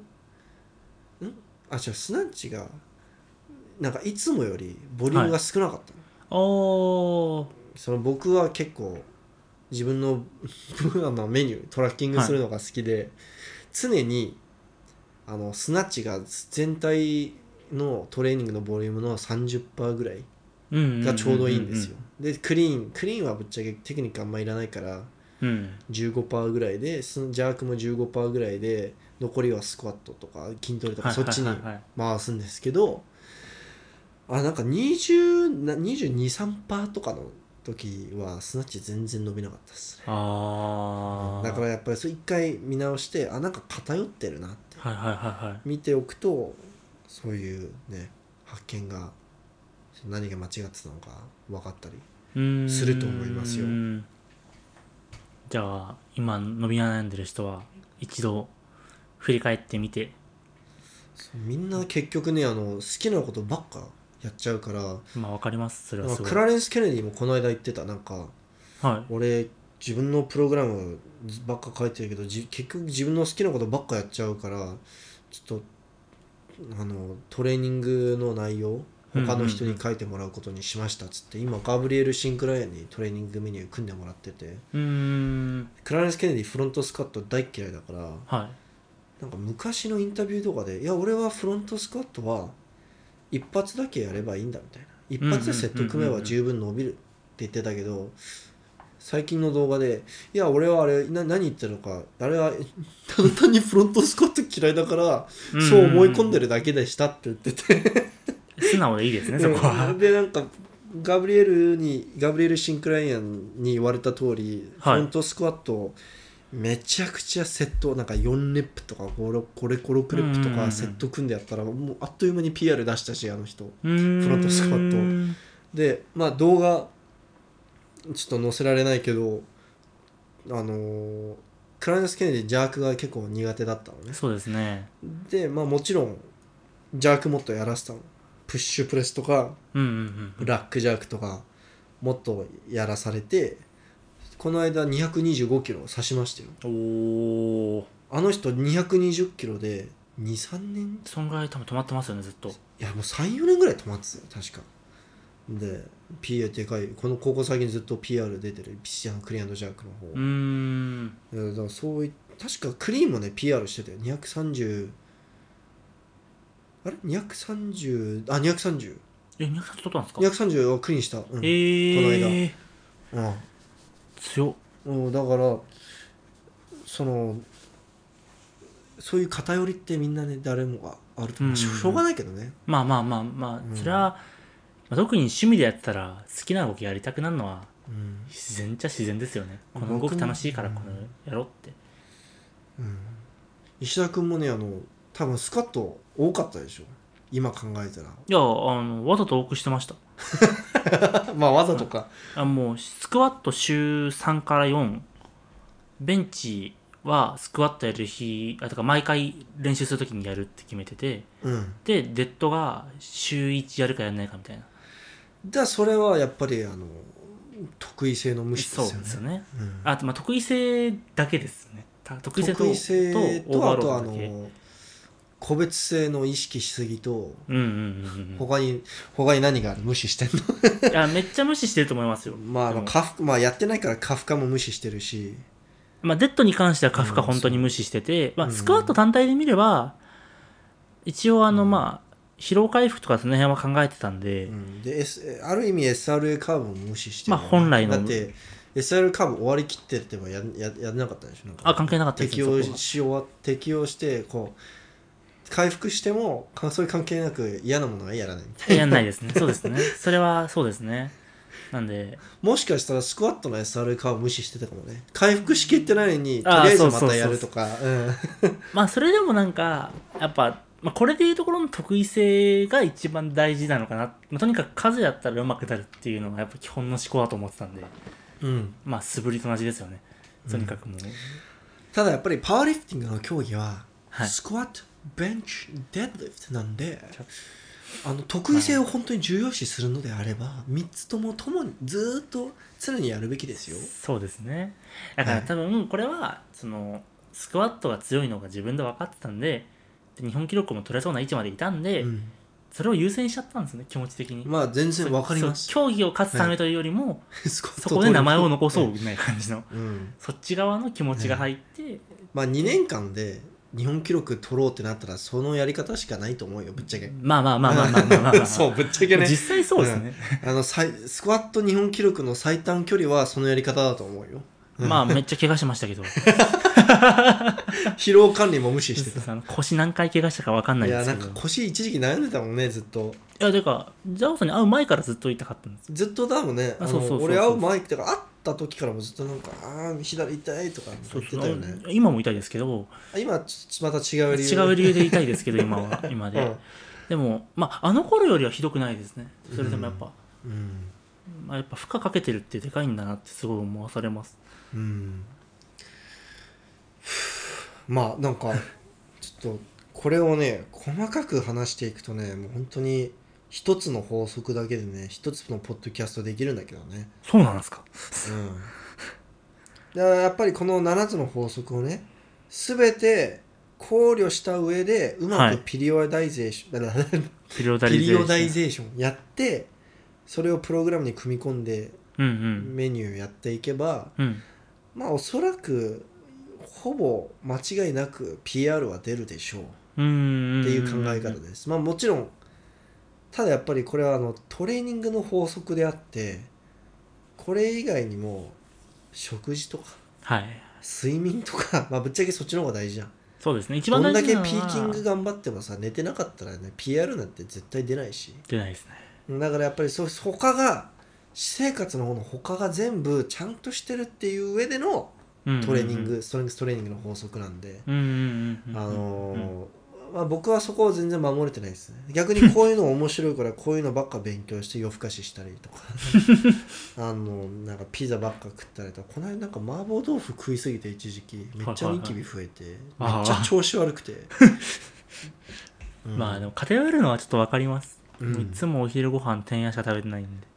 スナッチがなんかいつもよりボリュームが少なかったの。その僕は結構自分のメニュートラッキングするのが好きで、常にスナッチが全体のトレーニングのボリュームの 30% ぐらいがちょうどいいんですよ。でクリーンはぶっちゃけテクニックあんまいらないから、15% ぐらいで、ジャークも 15% ぐらいで、残りはスクワットとか筋トレとかそっちに回すんですけど、なんか 22-23% とかの時はスナッチ全然伸びなかったですね。だからやっぱり一回見直して、なんか偏ってるなって見ておくと、そういうね発見が、何が間違ってたのか分かったりすると思いますよ。 じゃあ今伸び悩んでる人は一度振り返ってみて。 みんな結局ね好きなことばっかやっちゃうから。 分かります、それはすごい。 クラレンス・ケネディもこの間言ってた。なんか、俺自分のプログラムばっか書いてるけど、結局自分の好きなことばっかやっちゃうから、ちょっとトレーニングの内容他の人に書いてもらうことにしましたっつって、今ガブリエル・シンクライアンにトレーニングメニュー組んでもらってて、クラレンス・ケネディフロントスクワット大嫌いだから、なんか昔のインタビューとかで、いや俺はフロントスクワットは一発だけやればいいんだみたいな、一発でセット組めば十分伸びるって言ってたけど、 最近の動画でいや俺はあれ何言ってるのかあれはただ単にフロントスクワット嫌いだからそう思い込んでるだけでしたって言ってて素直でいいですねそこは。 でなんかガブリエル・シンクライアンに言われた通り、はい、フロントスクワットめちゃくちゃセットなんか4レップとか5、6レップとかセット組んでやったらもうあっという間に PR 出したしあの人フロントスクワットでまあ動画ちょっと載せられないけどクライナス・ケネディジャークが結構苦手だったのね。 そうですね。 でまあもちろんジャークもっとやらせたの。プッシュプレスとか、ラックジャークとかもっとやらされてこの間225キロ刺しましたよ。 おあの人220キロで 2,3 年そんぐらい多分止まってますよねずっと。いやもう 3,4 年ぐらい止まってたよ確かで PA でかいこの高校最近ずっと PR 出てるクリーン&ジャークの方だからそうい確かクリーンもね PR してたよ230あれ230あ230 230取ったんですか。 230をクリーンした、この間強っだからそういう偏りってみんなね誰もがあると思う、しょうがないけどね。 まあ、それは、特に趣味でやってたら好きな動きやりたくなるのは自然っちゃ自然ですよね。この動き楽しいからこのやろうって、 石田君もね多分スカット多かったでしょ今考えたら。 いやわざと多くしてましたまあわざとかもうスクワット週3から4ベンチはスクワットやる日とか毎回練習するときにやるって決めてて、でデッドが週1やるかやらないかみたいな。 じゃあそれはやっぱり得意性の無視ですよね。 そうですよね、あと得意性だけですね。得意性とオーバーロードだけ。 あと個別性の意識しすぎと、他に何がある無視してんのいやめっちゃ無視してると思いますよ。 まあやってないからカフカも無視してるし、 デッドに関してはカフカ本当に無視してて、スクワット単体で見れば一応疲労回復とかその辺は考えてたんで、 である意味 SRA カーブも無視してる、本来のだって SRA カーブ終わりきっててもやらなかったでしょ。 関係なかったですね。適応してこう回復してもそういう関係なく嫌なものはやらないみたいな。 やんないですね。そうですね。それはそうですね。なんでもしかしたらスクワットの SRA カーブ無視してたかもね。回復しきってないのにとりあえずまたやるとか。 それでもなんかやっぱ、これでいうところの得意性が一番大事なのかな。とにかく数やったらうまくなるっていうのがやっぱ基本の思考だと思ってたんで、素振りと同じですよね。とにかくもう、 ただやっぱりパワーリフティングの競技は、スクワットベンチデッドリフトなんで得意性を本当に重要視するのであれば、3つともにずっと常にやるべきですよ。 そうですね。だから多分これはスクワットが強いのが自分で分かってたんで、日本記録も取れそうな位置までいたんで、それを優先しちゃったんですね気持ち的に。 全然分かります。 競技を勝つためというよりも、そこで名前を残そうみたいな感じの、そっち側の気持ちが入って、 2年間で日本記録取ろうってなったらそのやり方しかないと思うよぶっちゃけ。そうぶっちゃけね。 実際そうですね。 スクワット日本記録の最短距離はそのやり方だと思うよ。 めっちゃ怪我しましたけど疲労管理も無視してた。 腰何回怪我したか分かんないですけど。 いやなんか腰一時期悩んでたもんねずっと。 いやてかジャオさんに会う前からずっと痛かったんです。 ずっとだもんね。俺会う前ってか会った時からもずっとなんか左痛いとか言ってたよね。 今も痛いですけど。 今また違う理由で痛いですけど今で、でもあの頃よりはひどくないですね。それでもやっぱ、やっぱ負荷かけてるってでかいんだなってすごい思わされます。 なんかちょっとこれをね細かく話していくとねもう本当に一つの法則だけでね一つのポッドキャストできるんだけどね。 そうなんですか。 だからやっぱりこの7つの法則をね全て考慮した上でうまくピリオダイゼーションやってそれをプログラムに組み込んでメニューやっていけば、おそらくほぼ間違いなく PR は出るでしょうっていう考え方です。もちろんただやっぱりこれはトレーニングの法則であってこれ以外にも食事とか、 はい、 睡眠とかまあぶっちゃけそっちの方が大事じゃん。 そうですね。一番大事なのはどんだけピーキング頑張ってもさ、寝てなかったらね PR なんて絶対出ないし。 出ないですね。 だからやっぱり他が私生活の方の他が全部ちゃんとしてるっていう上でのトレーニング、ストレングストレーニングの法則なんで、まあ、僕はそこを全然守れてないですね。逆にこういうの面白いからこういうのばっか勉強して夜更かししたりとかなんかピザばっか食ったりとか、この間なんか麻婆豆腐食いすぎて一時期めっちゃニキビ増えて、めっちゃ調子悪くてまあでも偏るのはちょっと分かります、いつもお昼ご飯てんやしか食べてないんで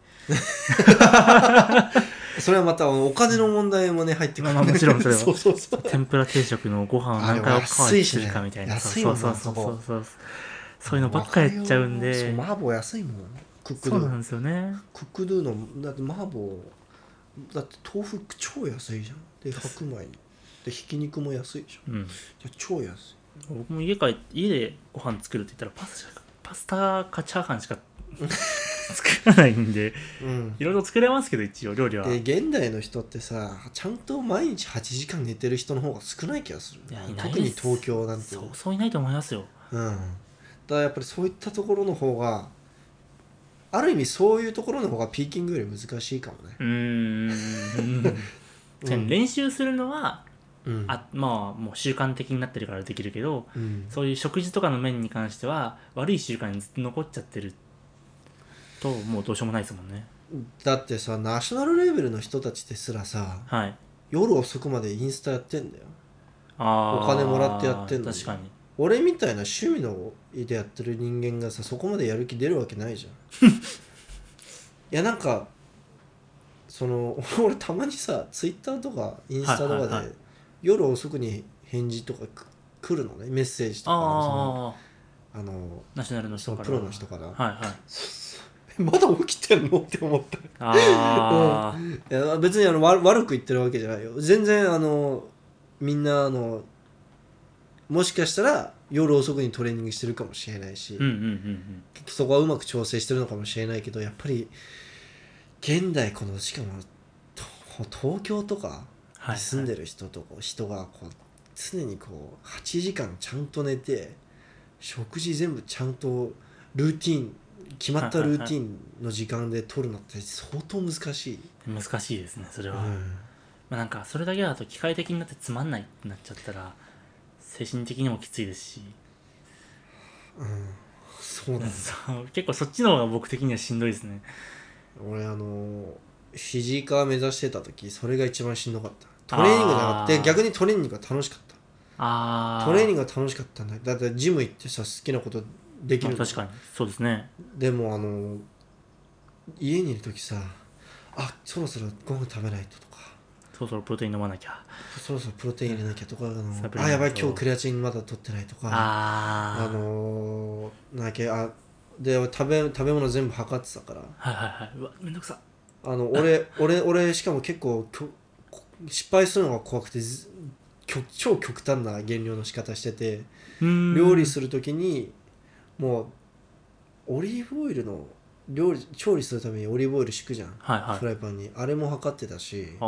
それはまたお金の問題もね入ってくる、 もちろんそれはそうそうそう、 天ぷら定食のご飯を何回おかわりするかみたいな、 安いもんな、 そういうのばっかやっちゃうんで。 麻婆安いもん、クックドゥ。 そうなんですよね。 クックドゥのだって麻婆だって豆腐超安いじゃん。で白米でひき肉も安いじゃん、じゃ超安い。 僕も家でご飯作るって言ったらパスタかチャーハンしか作らないんで、いろいろ作れますけど一応料理は。 で現代の人ってさ、ちゃんと毎日8時間寝てる人の方が少ない気がする。 いや、いないです。 特に東京なんて。 そういないと思いますよ。 だからやっぱりそういったところの方が、ある意味そういうところの方がピーキングより難しいかもね。 練習するのは、まあもう習慣的になってるからできるけど、そういう食事とかの面に関しては悪い習慣にずっと残っちゃってるともうどうしようもないですもんね。 だってさ、ナショナルレベルの人たちですらさ、夜遅くまでインスタやってんだよ。お金もらってやってんのに。確かに。俺みたいな趣味のでやってる人間がさ、そこまでやる気出るわけないじゃん。いやなんか俺たまにさ、ツイッターとかインスタとかで、夜遅くに返事とか来るのね、メッセージとか、 ナショナルの人から、 プロの人からまだ起きてんのって思った。いや別に悪く言ってるわけじゃないよ。全然みんなもしかしたら夜遅くにトレーニングしてるかもしれないし、そこはうまく調整してるのかもしれないけど、やっぱり現代しかも東京とかに住んでる人が常に8時間ちゃんと寝て、食事全部ちゃんと決まったルーティンの時間で取るのって相当難しい。 難しいですね、それは。まあなんかそれだけだと機械的になってつまんないってなっちゃったら精神的にもきついですし、 そうなんだ。 結構そっちの方が僕的にはしんどいですね。 俺フィジーカー目指してた時、それが一番しんどかった。トレーニングじゃなくて逆にトレーニングが楽しかった。トレーニングが楽しかったんだ。だってジム行ってさ、好きなことできる。 確かにそうですね。 でも家にいる時さ、そろそろご飯食べないととか、 そろそろプロテイン飲まなきゃ、 そろそろプロテイン入れなきゃとか、やばい今日クレアチンまだ取ってないとか、で食べ物全部測ってたから、 うわめんどくさ。 俺しかも結構失敗するのが怖くて、超極端な減量の仕方してて、料理するときにもうオリーブオイルの調理するためにオリーブオイル敷くじゃん、フライパンに。あれも測ってたし、ナ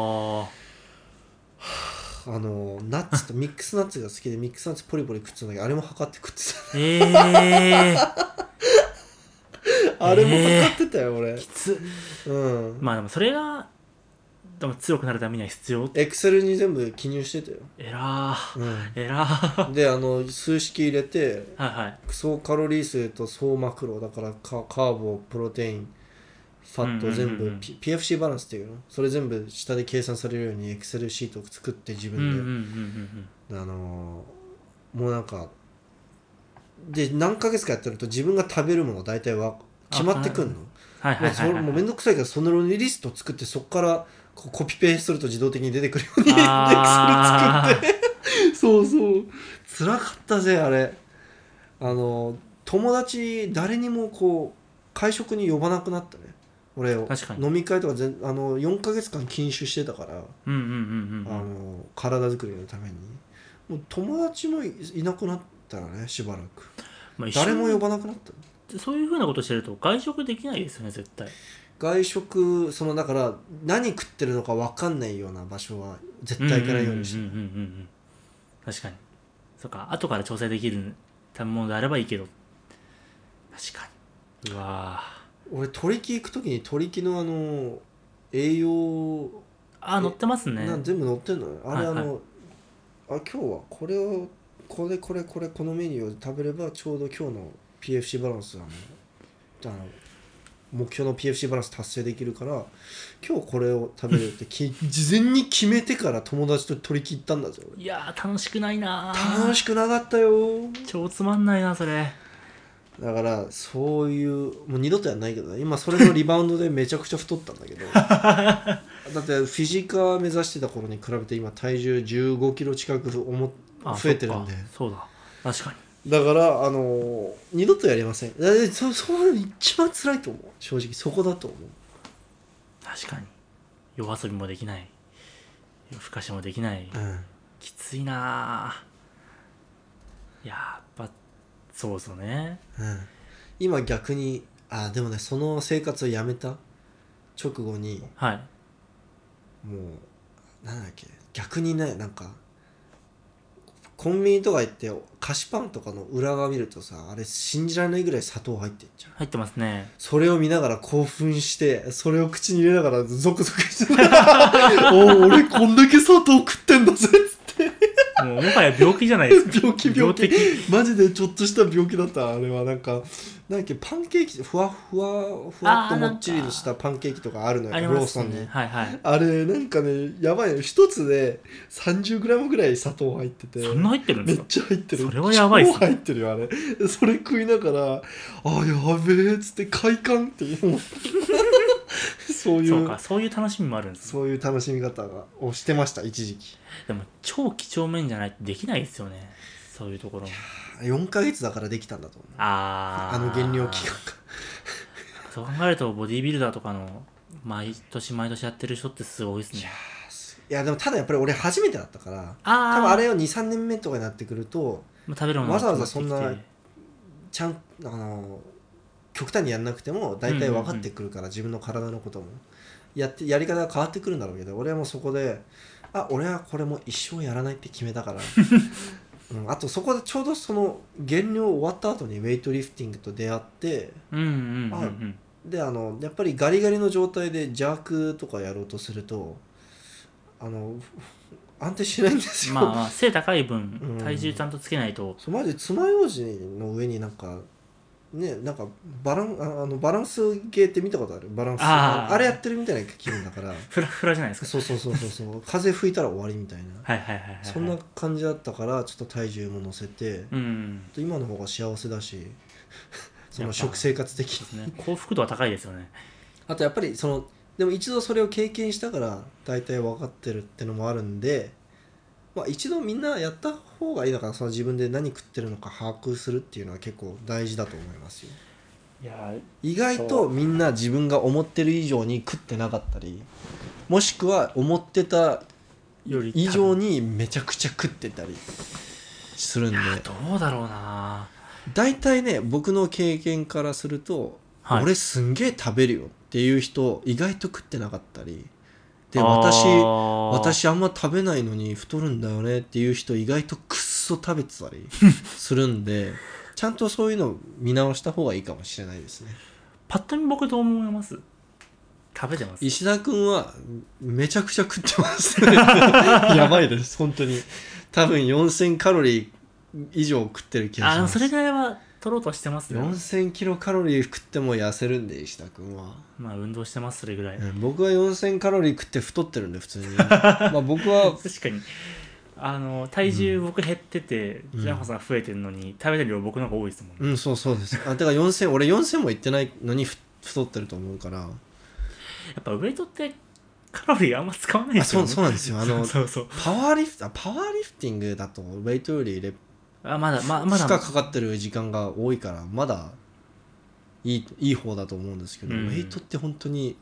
ッツとミックスナッツが好きで、ミックスナッツポリポリ食ってたんだけど、あれも測って食ってた。あれも測ってたよ俺。 きつ。まあでもそれが強くなるためには必要。 エクセルに全部記入してたよ。 えらー、 で数式入れて、総カロリー数と総マクロだから、カーボ、プロテイン、ファット全部、PFC バランスっていうの、それ全部下で計算されるようにエクセルシートを作って自分で、もうなんかで何ヶ月かやってると自分が食べるもの大体決まってくんの。もうめんどくさいから、そのリストを作って、そこからコピペすると自動的に出てくるようにエクセル作ってそう辛かったぜあれ。友達誰にも会食に呼ばなくなったね、俺を。飲み会とか4ヶ月間禁酒してたから、体作りのために。もう友達もいなくなったらね、しばらく、誰も呼ばなくなった。 そういうふうなことしてると外食できないですよね、絶対。 外食だから何食ってるのか分かんないような場所は絶対行かないようにしてる。 確かにそうか、後から調整できる食べ物であればいいけど、確かに。うわ俺鳥木行く時に鳥木の栄養載ってますね。 全部載ってんのよあれ、 はいはい、 今日はこれをこのメニューを食べればちょうど今日の PFC バランス目標の PFC バランス達成できるから今日これを食べるって事前に決めてから友達と取り切ったんだぞ。 いや楽しくないな。 楽しくなかったよ。 超つまんないなそれ。 だからそういうもう二度とやんないけどね。今それのリバウンドでめちゃくちゃ太ったんだけどだってフィジカ目指してた頃に比べて今体重15キロ近く増えてるんで。 そうだ確かに。 だから二度とやりません。そう一番辛いと思う。正直そこだと思う。 確かに夜遊びもできない、夜更かしもできない、きついな。やっぱそうそうね、 今逆にでもねその生活をやめた直後に、 はい、 もうなんだっけ逆にねコンビニとか行って菓子パンとかの裏側見るとさあれ信じられないぐらい砂糖入ってんじゃん。 入ってますね。 それを見ながら興奮してそれを口に入れながらゾクゾクして俺こんだけ砂糖食ってんだぜっつってもはや病気じゃないですか病気マジでちょっとした病気だった。あれはなんだっけパンケーキふわっともっちりとしたパンケーキとかあるのよ、 ね、 ローソンに、 はいはい、 あれやばいよ。一つで 30g ぐらい砂糖入ってて。 そんな入ってるんですか。 めっちゃ入ってる。 それはやばいっすね。 超入ってるよあれ。それ食いながらやべえっつって快感っていうそういう楽しみもあるんです、ね、 そういう楽しみ方をしてました一時期。 でも超几帳面じゃないとできないですよね、そういうところも。 4ヶ月だからできたんだと思う。減量期間がそう考えるとボディービルダーとかの毎年やってる人ってすごいですね。 いやでもただやっぱり俺初めてだったから多分あれを 2,3 年目とかになってくると食べるものわざわざそんな極端にやんなくても大体分かってくるから、自分の体のこともやり方が変わってくるんだろうけど、俺はもうそこで俺はこれも一生やらないって決めたからあとそこでちょうどその減量終わった後にウェイトリフティングと出会って、でやっぱりガリガリの状態でジャークとかやろうとすると安定しないんですよ。 まあ背高い分体重ちゃんとつけないと、 マジ爪楊枝の上にバランス系って見たことある？バランスあれやってるみたいな気分だからフラフラじゃないですか。 そう風吹いたら終わりみたいなそんな感じだったからちょっと体重も乗せて、今の方が幸せだしその食生活的に、 幸福度は高いですよね。 あとやっぱりでも一度それを経験したから大体分かってるってのもあるんで、一度みんなやった方がいいのかな。その自分で何食ってるのか把握するっていうのは結構大事だと思いますよ。意外とみんな自分が思ってる以上に食ってなかったり、もしくは思ってた以上にめちゃくちゃ食ってたりするんで。 どうだろうな。 大体ね僕の経験からすると、俺すんげえ食べるよっていう人意外と食ってなかったりで、私あんま食べないのに太るんだよねっていう人意外とくっそ食べてたりするんでちゃんとそういうのを見直した方がいいかもしれないですね。 パッと見僕どう思います？食べてます？ 石田君はめちゃくちゃ食ってますやばいです本当に。多分4000カロリー以上食ってる気がします。 それぐらいは取ろうとしてますよ。 4000キロカロリー食っても痩せるんで石田君は。 運動してますそれぐらい、 僕は4000カロリー食って太ってるんで普通に僕は確かに体重僕減ってて、ジャンホさん増えてるのに食べてる量僕の方が多いですもんね。 そうです。だから俺4000もいってないのに太ってると思うから。やっぱウェイトってカロリーあんま使わないですよね。 そうなんですよ。 そうパワーリフティングだとウェイトよりまだ負荷かかってる時間が多いからまだいい方だと思うんですけど、ウェイトって本当に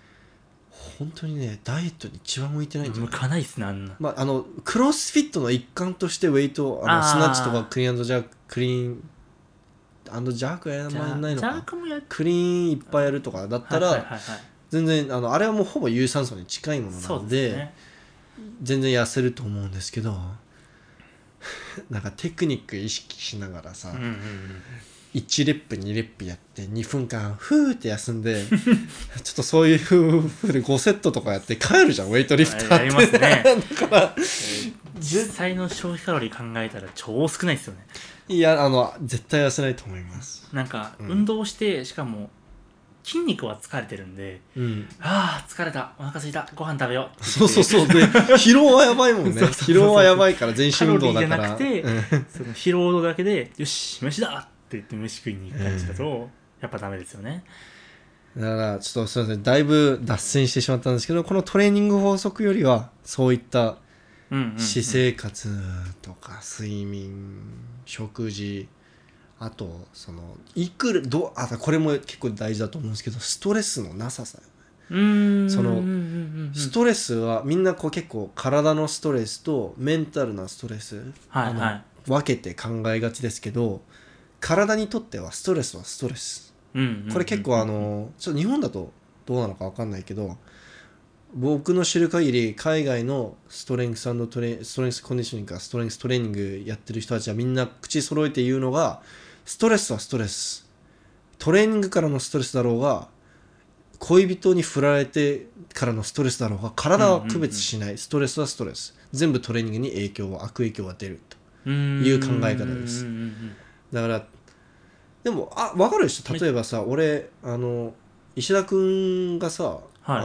ねダイエットに一番向いてないんじゃない？ 向かないっすねあんな。 クロスフィットの一環としてウェイトスナッチとかクリーンジャークやらないのか、 ジャークもクリーンいっぱいやるとかだったら、全然あれはもうほぼ有酸素に近いものなので、ね、全然痩せると思うんですけどなんかテクニック意識しながらさ、1レップ2レップやって2分間ふーって休んでちょっとそういう風で5セットとかやって帰るじゃん、ウェイトリフターって。 やりますねだから実際の消費カロリー考えたら超少ないですよね。 いや絶対痩せないと思います。 なんか運動してしかも筋肉は疲れてるんで、ああ疲れた、お腹すいた、ご飯食べよう。 そうで疲労はやばいもんね。疲労はやばいから全身運動だから。 カロリーじゃなくて、その疲労度だけでよし飯だって言って飯食いに行く感じだと、やっぱダメですよね。 だからちょっとすいません、だいぶ脱線してしまったんですけど、このトレーニング法則よりはそういった私生活とか睡眠、食事、あとそのこれも結構大事だと思うんですけど、ストレスのなささよね。そのストレスはみんなこう結構体のストレスとメンタルなストレス、分けて考えがちですけど、体にとってはストレスはストレス、これ結構ちょっと日本だとどうなのか分かんないけど、僕の知る限り海外のストレングスコンディショニングかストレングストレーニングやってる人たちはみんな口揃えて言うのが、ストレスはストレス、トレーニングからのストレスだろうが恋人に振られてからのストレスだろうが、体は区別しない、ストレスはストレス、全部トレーニングに悪影響が出るという考え方です。だからでも分かるでしょ。例えばさ、俺石田くんがさ、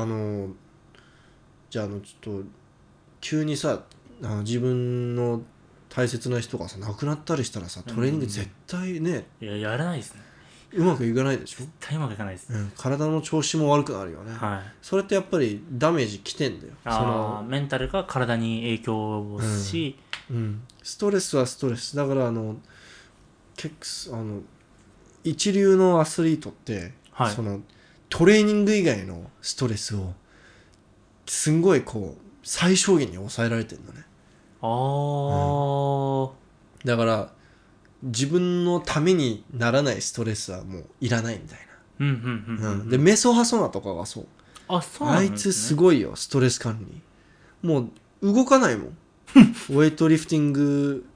じゃあちょっと急にさ自分の大切な人がさ亡くなったりしたらさ、トレーニング絶対ね、 やらないですね。 うまくいかないでしょ。 絶対うまくいかないです、 体の調子も悪くなるよね、それってやっぱりダメージきてんだよ。 メンタルが体に影響をし、 ストレスはストレスだから、一流のアスリートって、そのトレーニング以外のストレスをすんごいこう最小限に抑えられてるのね。だから自分のためにならないストレスはもういらないみたいな。でメソハソナとかがそう。 そうなんですね。 あいつすごいよ、ストレス管理。もう動かないもん。ウェイトリフティング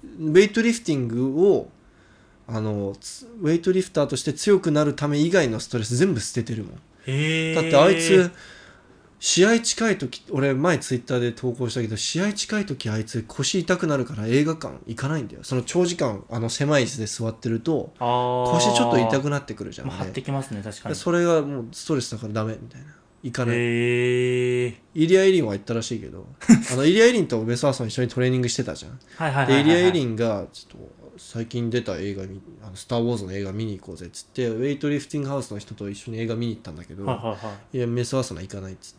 をウェイトリフターとして強くなるため以外のストレス全部捨ててるもん。だってあいつ試合近い時、俺前ツイッターで投稿したけど、試合近い時あいつ腰痛くなるから映画館行かないんだよ。その長時間狭い椅子で座ってると腰ちょっと痛くなってくるじゃん、 張ってきますね。確かにそれがもうストレスだからダメみたいな、行かない。イリア・エリンは行ったらしいけどイリア・エリンとベス・アーソン一緒にトレーニングしてたじゃん。でイリア・エリンがちょっと最近出た映画スター・ウォーズの映画見に行こうぜっつってウェイトリフティングハウスの人と一緒に映画見に行ったんだけど、いやメス・アーソンは行かないっつって。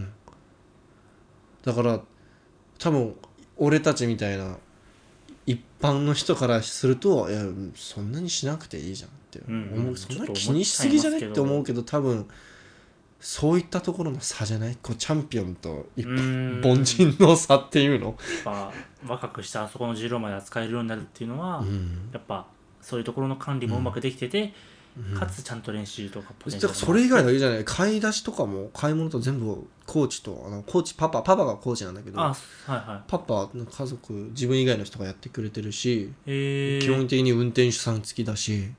だから多分俺たちみたいな一般の人からすると、いやそんなにしなくていいじゃんって思う、そんな気にしすぎじゃないって思うけど、多分そういったところの差じゃない、こうチャンピオンと凡人の差っていうの。 若くしてあそこの重量まで扱えるようになるっていうのは、やっぱそういうところの管理もうまくできてて、かつちゃんと練習とかポテンシャルそれ以外だけじゃない。買い出しとかも買い物と全部コーチとパパがコーチなんだけど、パパの家族自分以外の人がやってくれてるし、基本的に運転手さん付きだし、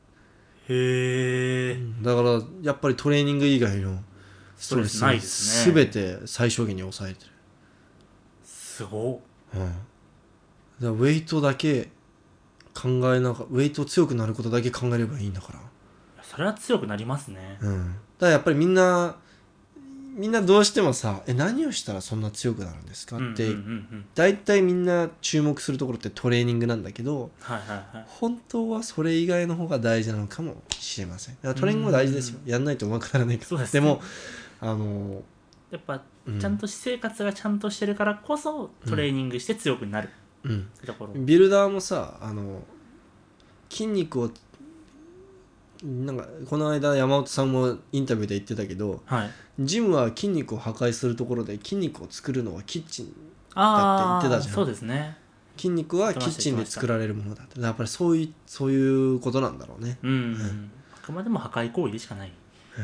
だからやっぱりトレーニング以外のストレスないですね。全て最小限に抑えてる。 すごっ。 だからウェイトだけウェイト強くなることだけ考えればいいんだから。 それは強くなりますね。 だからやっぱりみんなどうしてもさ、何をしたらそんな強くなるんですかって大体みんな注目するところってトレーニングなんだけど、本当はそれ以外の方が大事なのかもしれません。だからトレーニングも大事ですよ。やんないと上手くならないから。でもやっぱちゃんと私生活がちゃんとしてるからこそトレーニングして強くなるところ。 ビルダーもさ、筋肉をなんかこの間山本さんもインタビューで言ってたけど、ジムは筋肉を破壊するところで筋肉を作るのはキッチンだって言ってたじゃん。 そうですね。 筋肉はキッチンで作られるものだって。やっぱりそういうことなんだろうね。 あくまでも破壊行為でしかない。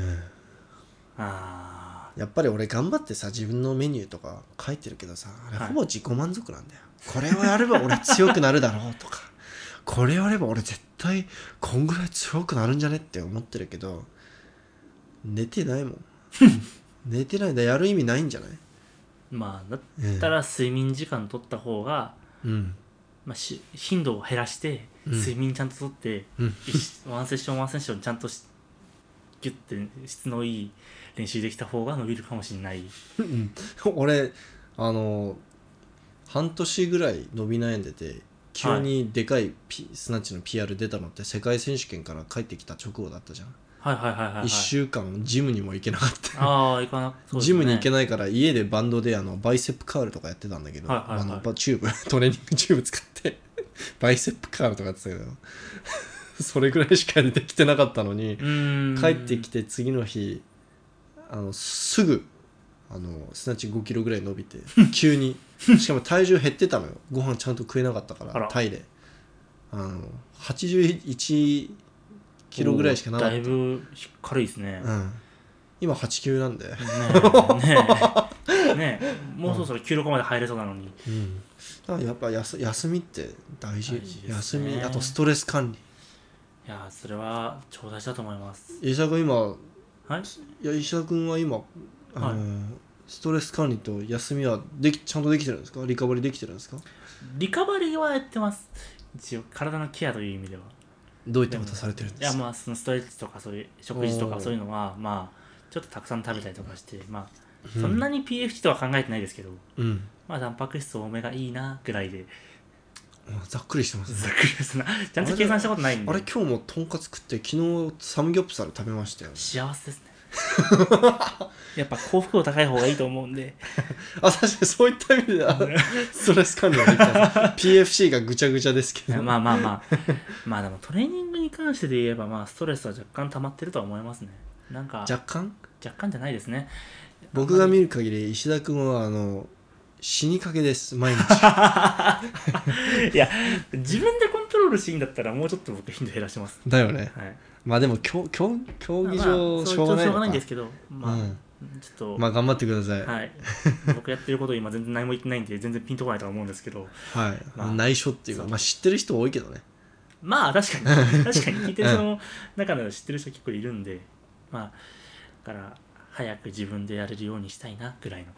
やっぱり俺頑張ってさ自分のメニューとか書いてるけどさ、あれほぼ自己満足なんだよ。これをやれば俺強くなるだろうとかこれをやれば俺絶対こんぐらい強くなるんじゃねって思ってるけど、寝てないもん寝てないんだ。やる意味ないんじゃない？ まあだったら睡眠時間取った方が、頻度を減らして睡眠ちゃんと取って、ワンセッションちゃんとギュッて質のいい練習できた方が伸びるかもしれない。 俺半年ぐらい伸び悩んでて急にでかいスナッチの PR 出たのって世界選手権から帰ってきた直後だったじゃん。1週間ジムにも行けなかった行かな、そうですね、 ジムに行けないから家でバンドでバイセップカールとかやってたんだけど、チューブトレーニングチューブ使ってバイセップカールとかやってたけどそれぐらいしかできてなかったのに、帰ってきて次の日すぐスナッチ5キロぐらい伸びて急にしかも体重減ってたのよ。ご飯ちゃんと食えなかったからタイで81キロぐらいしかなかった。 だいぶ軽いですね。 今8級なんでねえもうそろそろ9キロまで入れそうなのに、 だからやっぱ休みって大事ですね。休み、あとストレス管理。 いやそれは超大事だと思います。 石田君今、石田君は今ストレス管理と休みはちゃんとできてるんですか？リカバリーできてるんですか？ リカバリーはやってます。一応体のケアという意味では。 どういったことされてるんですか？ いやそのストレッチとかそういう食事とかそういうのはちょっとたくさん食べたりとかしてそんなに PFT とは考えてないですけど、タンパク質多めがいいなぐらいで。 ざっくりしてますね。 ざっくりですな。ちゃんと計算したことないんで。 あれ今日もとんかつ食って昨日サムギョプサル食べましたよ。 幸せですねやっぱ幸福度高い方がいいと思うんで確かにそういった意味ではストレス管理はできたPFC がぐちゃぐちゃですけどでもトレーニングに関してで言えばストレスは若干溜まってるとは思いますね。なんか若干じゃないですね。 僕が見る限り石田君は死にかけです毎日いや自分でコントロールしていいんだったらもうちょっと僕頻度減らしますだよね、でも競技場しょうがないんですけどちょっと頑張ってください。 僕やってること今全然何も言ってないんで全然ピンとこないとは思うんですけど、 内緒っていうか知ってる人多いけどね。 確かに聞いてるその中で知ってる人結構いるんでだから早く自分でやれるようにしたいなぐらいの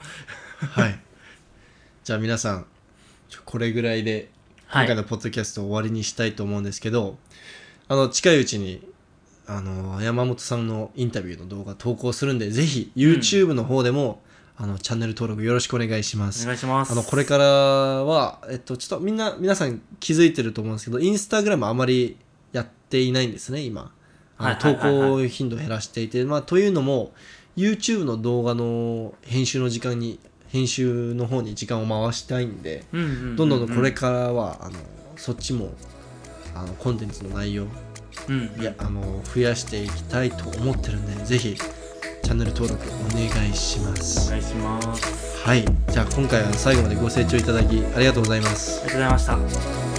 じゃあ皆さんこれぐらいで今回のポッドキャストを終わりにしたいと思うんですけど、近いうちに山本さんのインタビューの動画投稿するんでぜひ YouTube の方でも、チャンネル登録よろしくお願いします。 お願いします。 これからはちょっと皆さん気づいてると思うんですけどインスタグラムあまりやっていないんですね今。投稿頻度を減らしていて、というのも YouTube の動画の編集の方に時間を回したいんで、どんどんこれからはそっちもコンテンツの内容、増やしていきたいと思ってるんでぜひチャンネル登録お願いします。 お願いします。 じゃあ今回は最後までご清聴いただきありがとうございます。 ありがとうございました。